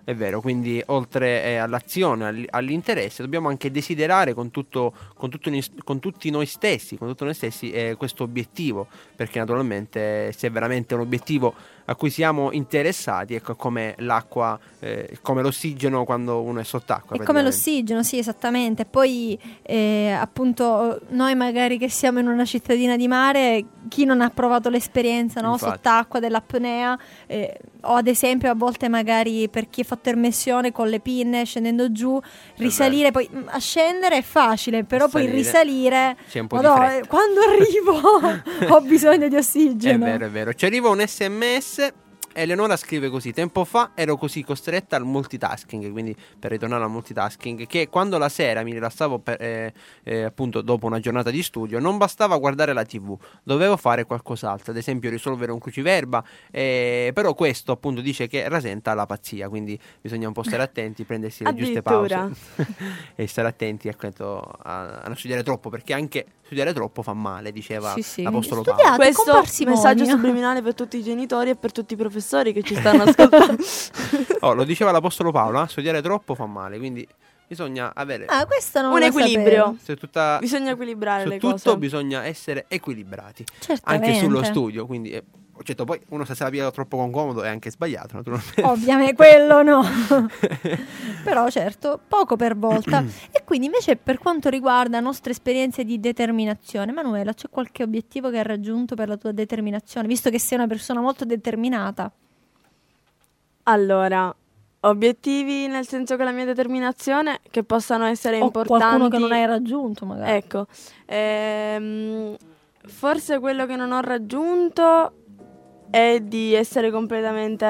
È vero, quindi oltre eh, all'azione, all- all'interesse, dobbiamo anche desiderare con, tutto, con, tutto noi- con tutti noi stessi, con tutto noi stessi eh, questo obiettivo, perché naturalmente se è veramente un obiettivo a cui siamo interessati, ecco, come l'acqua, eh, come l'ossigeno quando uno è sott'acqua. È come l'ossigeno, sì, esattamente. Poi eh, appunto noi magari che siamo in una cittadina di mare, chi non ha provato l'esperienza, no? Sott'acqua dell'apnea, eh, o ad esempio a volte magari per chi è fatto immersione con le pinne scendendo giù, risalire, poi mh, a scendere è facile, però poi risalire c'è un po' Madonna, di fretta. quando arrivo ho bisogno di ossigeno. È vero, è vero. Ci arriva un sms. Eleonora scrive così: tempo fa ero così costretta al multitasking, quindi per ritornare al multitasking, che quando la sera mi rilassavo per, eh, eh, appunto dopo una giornata di studio, non bastava guardare la tivù, dovevo fare qualcos'altro, ad esempio risolvere un cruciverba, eh, però questo appunto dice che rasenta la pazzia, quindi bisogna un po' stare attenti, prendersi le giuste pause e stare attenti ecco, a, a non studiare troppo, perché anche studiare troppo fa male, diceva sì, sì. l'Apostolo Studiate, Paolo. Questo messaggio subliminale per tutti i genitori e per tutti i professori che ci stanno ascoltando. Oh, lo diceva l'Apostolo Paolo, eh? Studiare troppo fa male, quindi bisogna avere ah, questo non un lo equilibrio. Su tutta, bisogna equilibrare su le tutto cose. Bisogna essere equilibrati, certamente, anche sullo studio, quindi eh, certo, poi uno se se la piega troppo con comodo è anche sbagliato, naturalmente. Ovviamente quello no. Però certo, poco per volta. E quindi invece per quanto riguarda nostre esperienze di determinazione, Manuela, c'è qualche obiettivo che hai raggiunto per la tua determinazione, visto che sei una persona molto determinata? Allora, obiettivi nel senso che la mia determinazione che possano essere o importanti. Qualcuno che non hai raggiunto magari. Ecco, ehm, forse quello che non ho raggiunto è di essere completamente,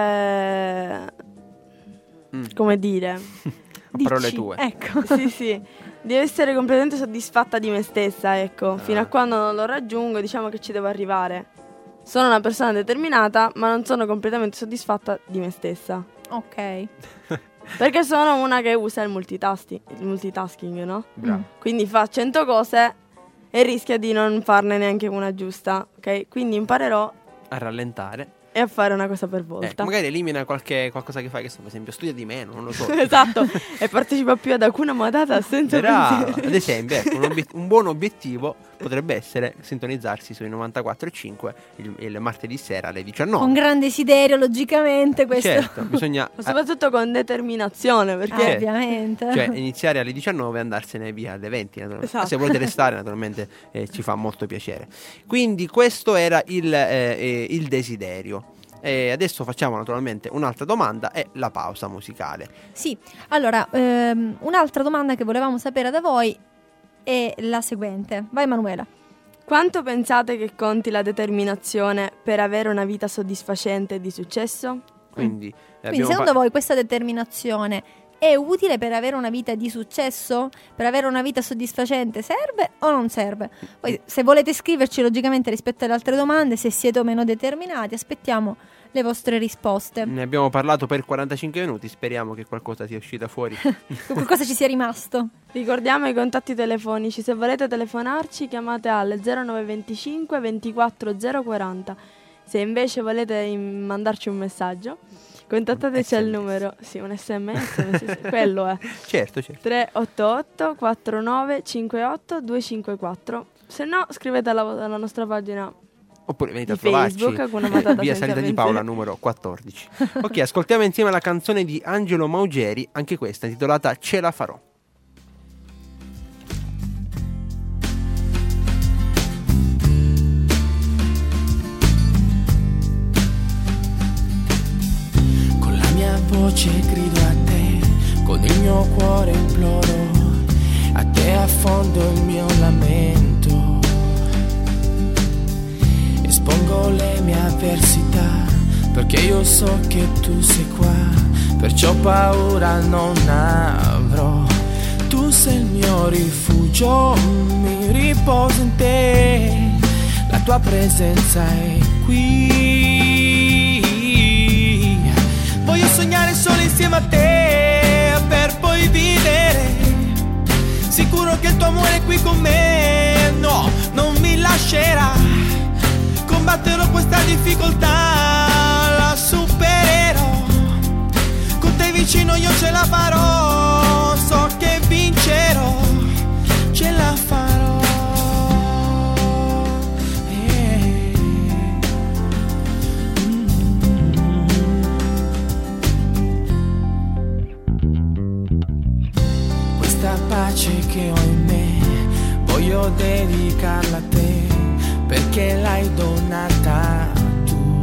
mm. come dire, a parole tue. Ecco, sì, sì, di essere completamente soddisfatta di me stessa, ecco, ah. fino a quando non lo raggiungo, diciamo che ci devo arrivare. Sono una persona determinata, ma non sono completamente soddisfatta di me stessa. Ok. Perché sono una che usa il multitasking, il multitasking, no? Bravo. Quindi fa cento cose e rischia di non farne neanche una giusta, ok? Quindi imparerò a rallentare e a fare una cosa per volta. Ecco, magari elimina qualche qualcosa che fai, che so, per esempio studia di meno, non lo so. Esatto, e partecipa più ad Hakuna Matata senza Brava. pensiero. Ad esempio, ecco, un, obiet- un buon obiettivo potrebbe essere sintonizzarsi sui novantaquattro e cinque il, il martedì sera alle diciannove. Con gran desiderio, logicamente, questo. Certo, bisogna Ma soprattutto con determinazione, perché ah, ovviamente. Cioè iniziare alle diciannove e andarsene via alle venti, naturalmente. Esatto. Se volete restare, naturalmente eh, ci fa molto piacere. Quindi questo era il, eh, eh, il desiderio. E adesso facciamo naturalmente un'altra domanda e la pausa musicale. Sì, allora ehm, un'altra domanda che volevamo sapere da voi è la seguente. Vai Manuela. Quanto pensate che conti la determinazione per avere una vita soddisfacente e di successo? Quindi, mm. Quindi secondo pa- voi questa determinazione è utile per avere una vita di successo? Per avere una vita soddisfacente serve o non serve? Poi se volete scriverci logicamente rispetto alle altre domande, se siete o meno determinati, aspettiamo le vostre risposte. Ne abbiamo parlato per quarantacinque minuti, speriamo che qualcosa sia uscita fuori. Qualcosa ci sia rimasto. Ricordiamo i contatti telefonici, se volete telefonarci chiamate al zero nove venticinque ventiquattro zero quaranta. Se invece volete in- mandarci un messaggio, contattateci al numero, sì, un sms, quello è. Certo, certo. tre otto otto quattro nove cinque otto due cinque quattro. Se no, scrivete alla, alla nostra pagina. Oppure venite a di trovarci Facebook con una matata via senza Salita di pensiero. Paola numero quattordici. Ok, ascoltiamo insieme la canzone di Angelo Maugeri, anche questa intitolata Ce la farò. Con la mia voce grido a te, con il mio cuore imploro, a te affondo il mio lamento. Espongo le mie avversità, perché io so che tu sei qua, perciò paura non avrò. Tu sei il mio rifugio, mi riposo in te, la tua presenza è qui. Voglio sognare solo insieme a te, per poi vivere, sicuro che il tuo amore è qui con me, no, non mi lascerà. Combatterò questa difficoltà, la supererò, con te vicino io ce la farò, so che vincerò, ce la farò. Eh. Mm. Questa pace che ho in me voglio dedicarla a te, perché l'hai donata tu.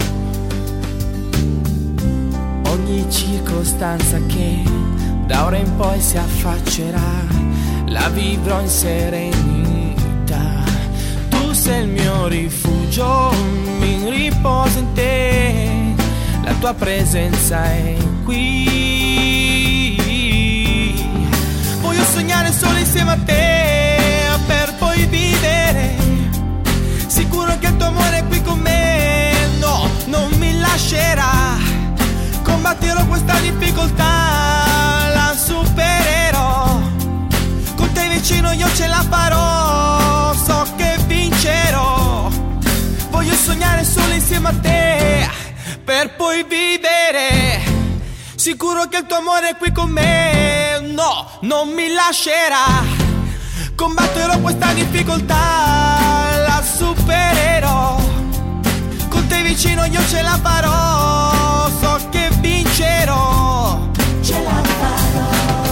Ogni circostanza che da ora in poi si affaccerà la vivrò in serenità. Tu sei il mio rifugio, mi riposo in te, la tua presenza è qui. Voglio sognare solo insieme a te, per poi vivere, sicuro che il tuo amore è qui con me, no, non mi lascerà. Combatterò questa difficoltà, la supererò, con te vicino io ce la farò, so che vincerò. Voglio sognare solo insieme a te, per poi vivere, sicuro che il tuo amore è qui con me, no, non mi lascerà. Combatterò questa difficoltà, la supererò, con te vicino io ce la farò, so che vincerò, ce la farò,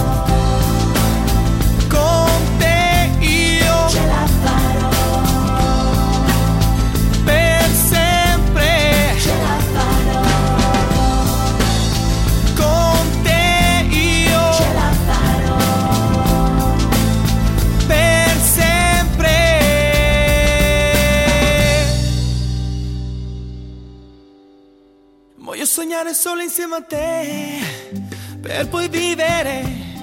con te io ce la farò, per sempre ce la farò, con te io ce la farò, per sempre. Voglio sognare solo insieme a te, per poi vivere,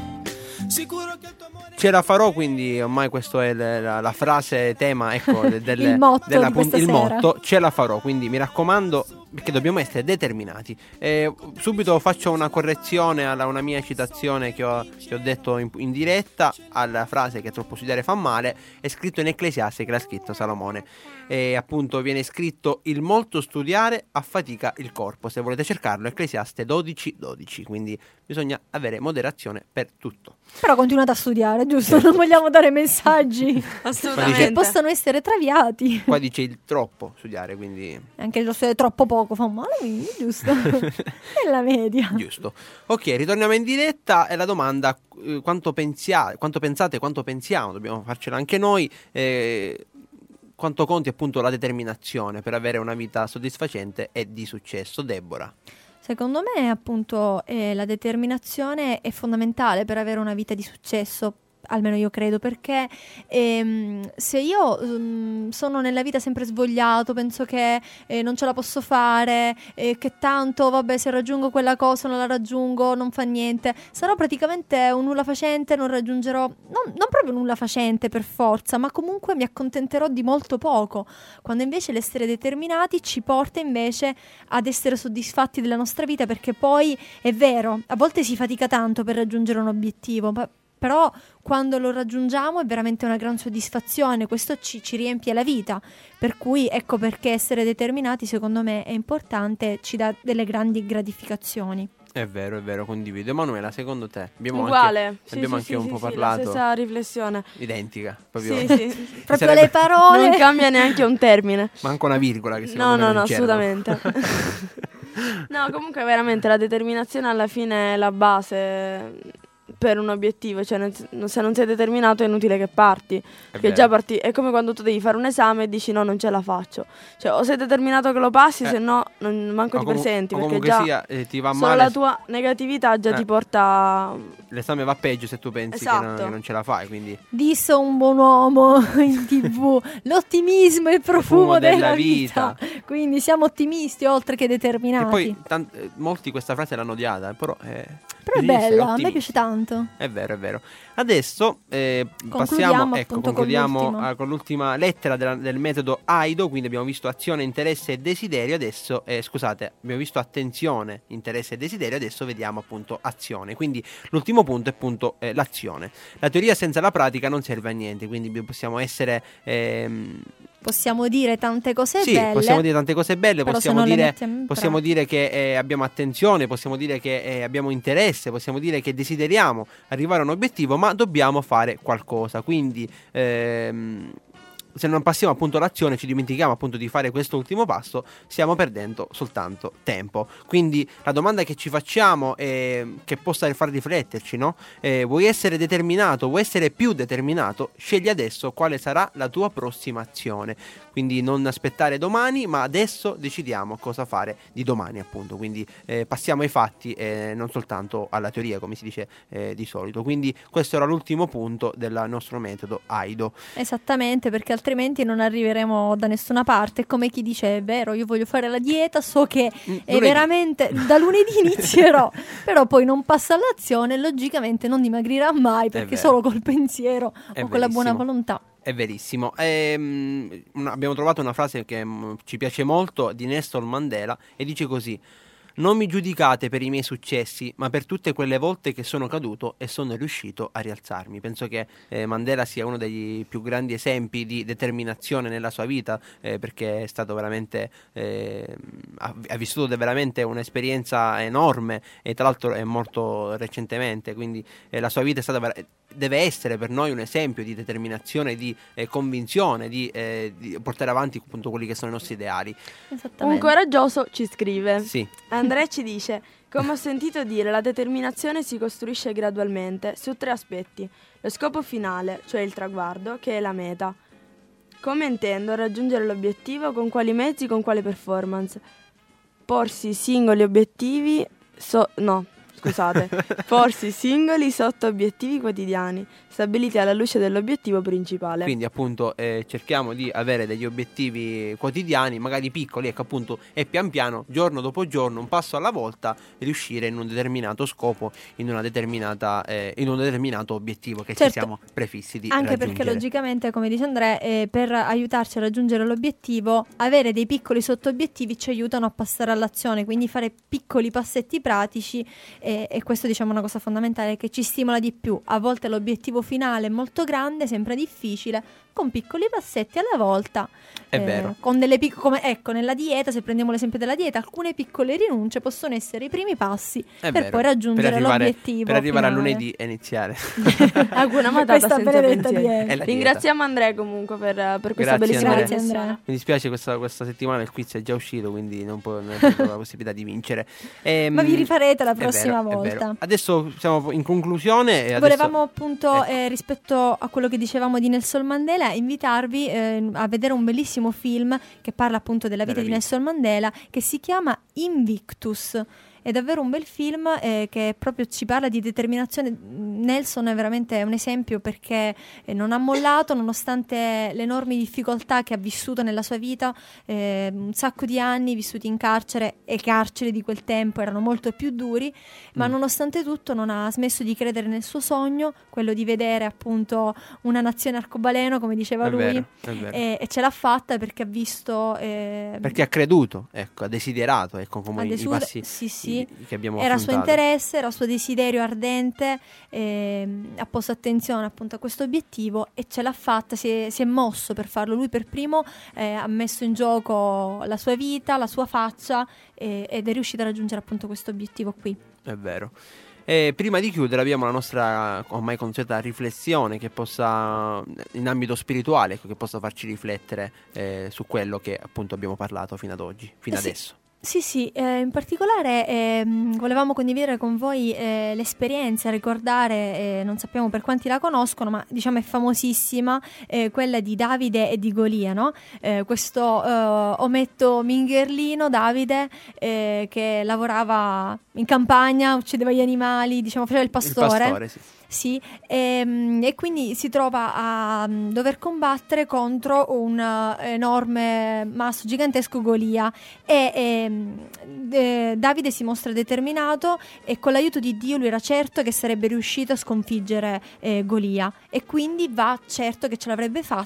sicuro che il tuo amore... Ce la farò, quindi ormai questa è la, la frase tema, ecco, del, del, il motto della, di questa il sera. motto, ce la farò, quindi mi raccomando, perché dobbiamo essere determinati. Eh, subito faccio una correzione alla una mia citazione che ho, che ho detto in, in diretta, alla frase che troppo studiare fa male, è scritto in Ecclesiaste, che l'ha scritto Salomone. E appunto viene scritto: il molto studiare affatica il corpo. Se volete cercarlo, Ecclesiaste dodici dodici, quindi bisogna avere moderazione per tutto. Però continuate a studiare, giusto? Non vogliamo dare messaggi Assolutamente. che possano essere traviati. Qua dice il troppo studiare, quindi Anche lo studiare troppo poco fa male, quindi giusto. È la media. giusto. Ok, ritorniamo in diretta e la domanda eh, quanto, pensia- quanto pensate, quanto pensiamo, dobbiamo farcela anche noi, eh, quanto conti appunto la determinazione per avere una vita soddisfacente e di successo. Deborah. Secondo me, appunto, eh, la determinazione è fondamentale per avere una vita di successo. Almeno io credo, perché ehm, se io um, sono nella vita sempre svogliato, penso che eh, non ce la posso fare, eh, che tanto, vabbè, se raggiungo quella cosa non la raggiungo, non fa niente, sarò praticamente un nulla facente, non raggiungerò, non, non proprio nulla facente per forza, ma comunque mi accontenterò di molto poco, quando invece l'essere determinati ci porta invece ad essere soddisfatti della nostra vita, perché poi è vero, a volte si fatica tanto per raggiungere un obiettivo, ma però quando lo raggiungiamo è veramente una gran soddisfazione, questo ci, ci riempie la vita, per cui ecco perché essere determinati secondo me è importante, ci dà delle grandi gratificazioni. È vero, è vero, condivido. Emanuela, secondo te? Abbiamo Uguale. anche, Sì, abbiamo sì, anche sì, un po' sì, parlato. la stessa riflessione. Identica, proprio. Sì, sì. Proprio sarebbe- le parole. Non cambia neanche un termine. Manca una virgola che No, secondo no, me no, non c'era. assolutamente. No, comunque veramente la determinazione alla fine è la base per un obiettivo, cioè nel- se non sei determinato è inutile che parti, perché vero. già parti, è come quando tu devi fare un esame e dici no, non ce la faccio, cioè o sei determinato che lo passi, Eh. se no non, manco O ti comu- presenti, o perché comunque già sia, eh, ti va solo male, la tua negatività già Eh. ti porta. l'esame va peggio se tu pensi che, non, Esatto. che non ce la fai, quindi Disse un buon uomo in tv, l'ottimismo è il profumo, Profumo della della vita. Quindi siamo ottimisti oltre che e determinati. poi tan- eh, molti questa frase l'hanno odiata, però, eh, Però è bisogna essere bella, a me ottimisti. piace tanto. È vero, è vero. Adesso eh, Concludiamo, passiamo ecco, appunto, concludiamo con l'ultima. ah, con l'ultima lettera della- del metodo AIDO, quindi abbiamo visto azione, interesse e desiderio, adesso eh, scusate, abbiamo visto attenzione, interesse e desiderio, adesso vediamo appunto azione. Quindi l'ultimo punto è appunto eh, l'azione. La teoria senza la pratica non serve a niente, quindi possiamo essere ehm, possiamo dire tante cose sì, belle. possiamo dire tante cose belle, però possiamo se non le dire, mettiamo in possiamo dire che eh, abbiamo attenzione, possiamo dire che eh, abbiamo interesse, possiamo dire che desideriamo arrivare a un obiettivo, ma dobbiamo fare qualcosa. Quindi ehm, se non passiamo appunto all'azione, ci dimentichiamo appunto di fare questo ultimo passo, stiamo perdendo soltanto tempo. Quindi la domanda che ci facciamo è, che possa far rifletterci, no? Eh, vuoi essere determinato, vuoi essere più determinato? Scegli adesso quale sarà la tua prossima azione. Quindi non aspettare domani, ma adesso decidiamo cosa fare di domani, appunto. Quindi eh, passiamo ai fatti e eh, non soltanto alla teoria, come si dice eh, di solito. Quindi questo era l'ultimo punto del nostro metodo AIDO. Esattamente, perché altrimenti non arriveremo da nessuna parte. È come chi dice: è vero, io voglio fare la dieta, so che Mm, è lunedì. veramente da lunedì inizierò, però poi non passa all'azione, logicamente non dimagrirà mai, perché vero. solo col pensiero È o con la buona verissimo. volontà. È verissimo. Ehm, una- abbiamo trovato una frase che mh, ci piace molto di Nelson Mandela e dice così: non mi giudicate per i miei successi, ma per tutte quelle volte che sono caduto e sono riuscito a rialzarmi. Penso che eh, Mandela sia uno dei più grandi esempi di determinazione nella sua vita, eh, perché è stato veramente eh, ha, ha vissuto veramente un'esperienza enorme e tra l'altro è morto recentemente, quindi eh, la sua vita è stata ver- deve essere per noi un esempio di determinazione, di eh, convinzione, di, eh, di portare avanti appunto quelli che sono i nostri ideali. Un Esattamente. coraggioso ci scrive. Sì. Andrea ci dice: come ho sentito dire, la determinazione si costruisce gradualmente su tre aspetti: lo scopo finale, cioè il traguardo, che è la meta. Come intendo raggiungere l'obiettivo, con quali mezzi, con quale performance? Porsi singoli obiettivi, so- no, scusate, porsi singoli sotto obiettivi quotidiani, stabiliti alla luce dell'obiettivo principale. Quindi appunto eh, cerchiamo di avere degli obiettivi quotidiani, magari piccoli, ecco appunto, e pian piano, giorno dopo giorno, un passo alla volta, riuscire in un determinato scopo, in una determinata eh, in un determinato obiettivo che Certo. ci siamo prefissi di Anche raggiungere. perché logicamente, come dice Andrea, eh, per aiutarci a raggiungere l'obiettivo, avere dei piccoli sottobiettivi ci aiutano a passare all'azione, quindi fare piccoli passetti pratici eh, e questo diciamo è una cosa fondamentale che ci stimola di più. A volte l'obiettivo finale è molto grande, sembra difficile, con piccoli passetti alla volta. È vero. Con delle pic- come ecco, nella dieta, se prendiamo l'esempio della dieta, alcune piccole rinunce possono essere i primi passi È per vero. poi raggiungere per arrivare, l'obiettivo per arrivare a finale. lunedì e iniziare. Alguna matata Questa senza benedetta pensieri. dieta. È la Ringraziamo Andrea comunque per, per questa Grazie, bellissima Andrea. Grazie, riflessione. Andrea. Mi dispiace, questa, questa settimana il quiz è già uscito, quindi non, può, non ho la possibilità di vincere. Ehm, Ma vi rifarete la è prossima vero, è volta. vero. Adesso siamo in conclusione. E adesso... Volevamo appunto, Ecco. eh, rispetto a quello che dicevamo di Nelson Mandela, invitarvi eh, a vedere un bellissimo film che parla appunto della vita Della di vita. Nelson Mandela, che si chiama Invictus. È davvero un bel film eh, che proprio ci parla di determinazione. Nelson è veramente un esempio perché eh, non ha mollato nonostante le enormi difficoltà che ha vissuto nella sua vita, eh, un sacco di anni vissuti in carcere, e i carceri di quel tempo erano molto più duri, ma Mm. nonostante tutto non ha smesso di credere nel suo sogno, quello di vedere appunto una nazione arcobaleno, come diceva È lui, vero, è vero. e, e ce l'ha fatta perché ha visto... eh, Perché ha creduto, ecco, ha desiderato, ecco, come Ha i, i desura- passi sì, sì. i- che abbiamo era suo affrontato. interesse, era suo desiderio ardente, ehm, ha posto attenzione appunto a questo obiettivo e ce l'ha fatta, si è, si è mosso per farlo. Lui per primo eh, ha messo in gioco la sua vita, la sua faccia eh, ed è riuscito a raggiungere appunto questo obiettivo qui. È vero. E prima di chiudere abbiamo la nostra ormai consueta riflessione che possa, in ambito spirituale, ecco, che possa farci riflettere eh, su quello che appunto abbiamo parlato fino ad oggi, fino Eh sì. adesso. Sì, sì, eh, in particolare ehm, volevamo condividere con voi eh, l'esperienza, ricordare, eh, non sappiamo per quanti la conoscono, ma diciamo è famosissima, eh, quella di Davide e di Golia, no? Eh, questo eh, ometto mingherlino, Davide, eh, che lavorava in campagna, uccideva gli animali, diciamo faceva il pastore. Il pastore, sì. Sì, ehm, e quindi si trova a mm, dover combattere contro un eh, enorme masso gigantesco Golia e ehm, eh, Davide si mostra determinato e con l'aiuto di Dio lui era certo che sarebbe riuscito a sconfiggere eh, Golia e quindi va certo che ce l'avrebbe fatta,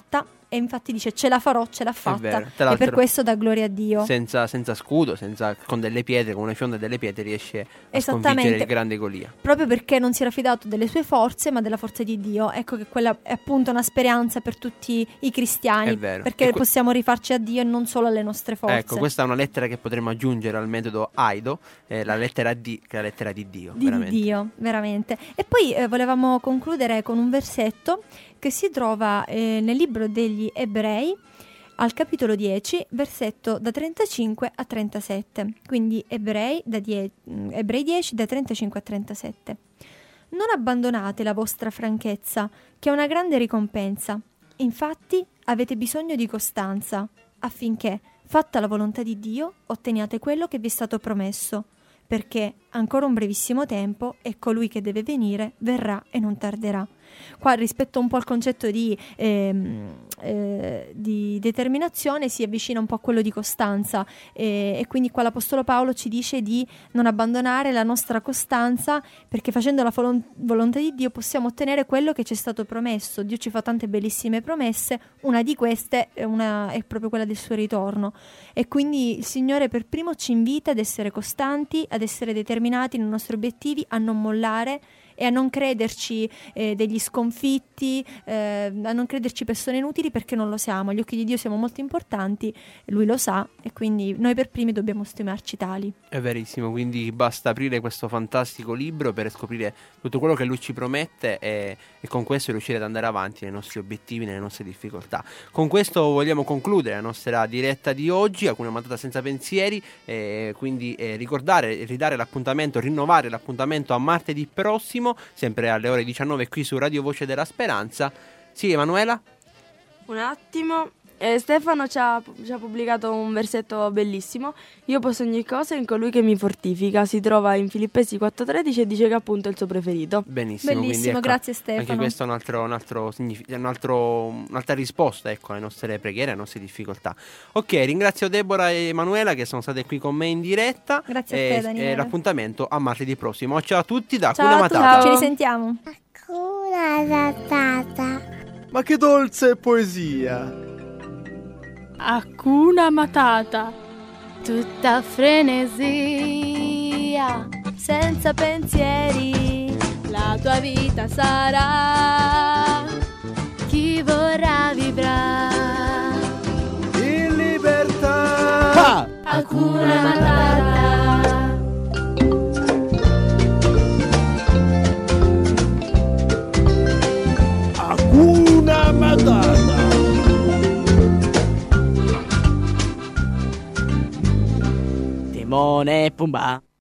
e infatti dice ce la farò, ce l'ha fatta, vero. Tra e per l'altro, questo dà gloria a Dio. Senza, senza scudo, senza, con delle pietre, con una fionda delle pietre riesce a Esattamente. sconfiggere il grande Golia. Proprio perché non si era fidato delle sue forze ma della forza di Dio. Ecco che quella è appunto una speranza per tutti i cristiani, È vero. perché E que- possiamo rifarci a Dio e non solo alle nostre forze. Ecco, questa è una lettera che potremmo aggiungere al metodo AIDO, eh, la lettera D, che è la lettera di Dio. Di veramente. Dio, veramente. E poi eh, volevamo concludere con un versetto che si trova eh, nel libro degli Ebrei, al capitolo dieci, versetto da trentacinque a trentasette. Quindi Ebrei, da die- Ebrei dieci, da trentacinque a trentasette. Non abbandonate la vostra franchezza, che è una grande ricompensa. Infatti avete bisogno di costanza, affinché, fatta la volontà di Dio, otteniate quello che vi è stato promesso. Perché ancora un brevissimo tempo e colui che deve venire verrà e non tarderà. Qua rispetto un po' al concetto di, ehm, eh, di determinazione si avvicina un po' a quello di costanza, eh, e quindi qua l'Apostolo Paolo ci dice di non abbandonare la nostra costanza, perché facendo la volon- volontà di Dio possiamo ottenere quello che ci è stato promesso. Dio ci fa tante bellissime promesse, una di queste è, una, è proprio quella del suo ritorno, e quindi il Signore per primo ci invita ad essere costanti, ad essere determinati nei nostri obiettivi, a non mollare e a non crederci eh, degli sconfitti, eh, a non crederci persone inutili, perché non lo siamo. Agli occhi di Dio siamo molto importanti, Lui lo sa, e quindi noi per primi dobbiamo stimarci tali. È verissimo, quindi basta aprire questo fantastico libro per scoprire tutto quello che Lui ci promette e, e con questo riuscire ad andare avanti nei nostri obiettivi, nelle nostre difficoltà. Con questo vogliamo concludere la nostra diretta di oggi, Hakuna Matata senza pensieri, e quindi eh, ricordare, ridare l'appuntamento, rinnovare l'appuntamento a martedì prossimo, sempre alle ore diciannove qui su Radio Voce della Speranza. Sì, Emanuela? Un attimo. Eh, Stefano ci ha, ci ha pubblicato un versetto bellissimo. Io posso ogni cosa in colui che mi fortifica. Si trova in Filippesi quattro tredici e dice che appunto è il suo preferito. Benissimo, Bellissimo, quindi, ecco, grazie Stefano. anche questo è un altro, un altro signific- un altro, un'altra risposta, ecco, alle nostre preghiere, alle nostre difficoltà. Ok, ringrazio Deborah e Emanuela che sono state qui con me in diretta. Grazie a e, te, Daniele. e l'appuntamento a martedì prossimo. Ciao a tutti da Ciao Hakuna a tutti, Matata. ci risentiamo. Hakuna Matata. Ma che dolce poesia! Hakuna Matata, tutta frenesia, Senza pensieri, la tua vita sarà. Chi vorrà vivrà. In libertà! Hakuna Matata. Hakuna Matata! Timone e Pumba.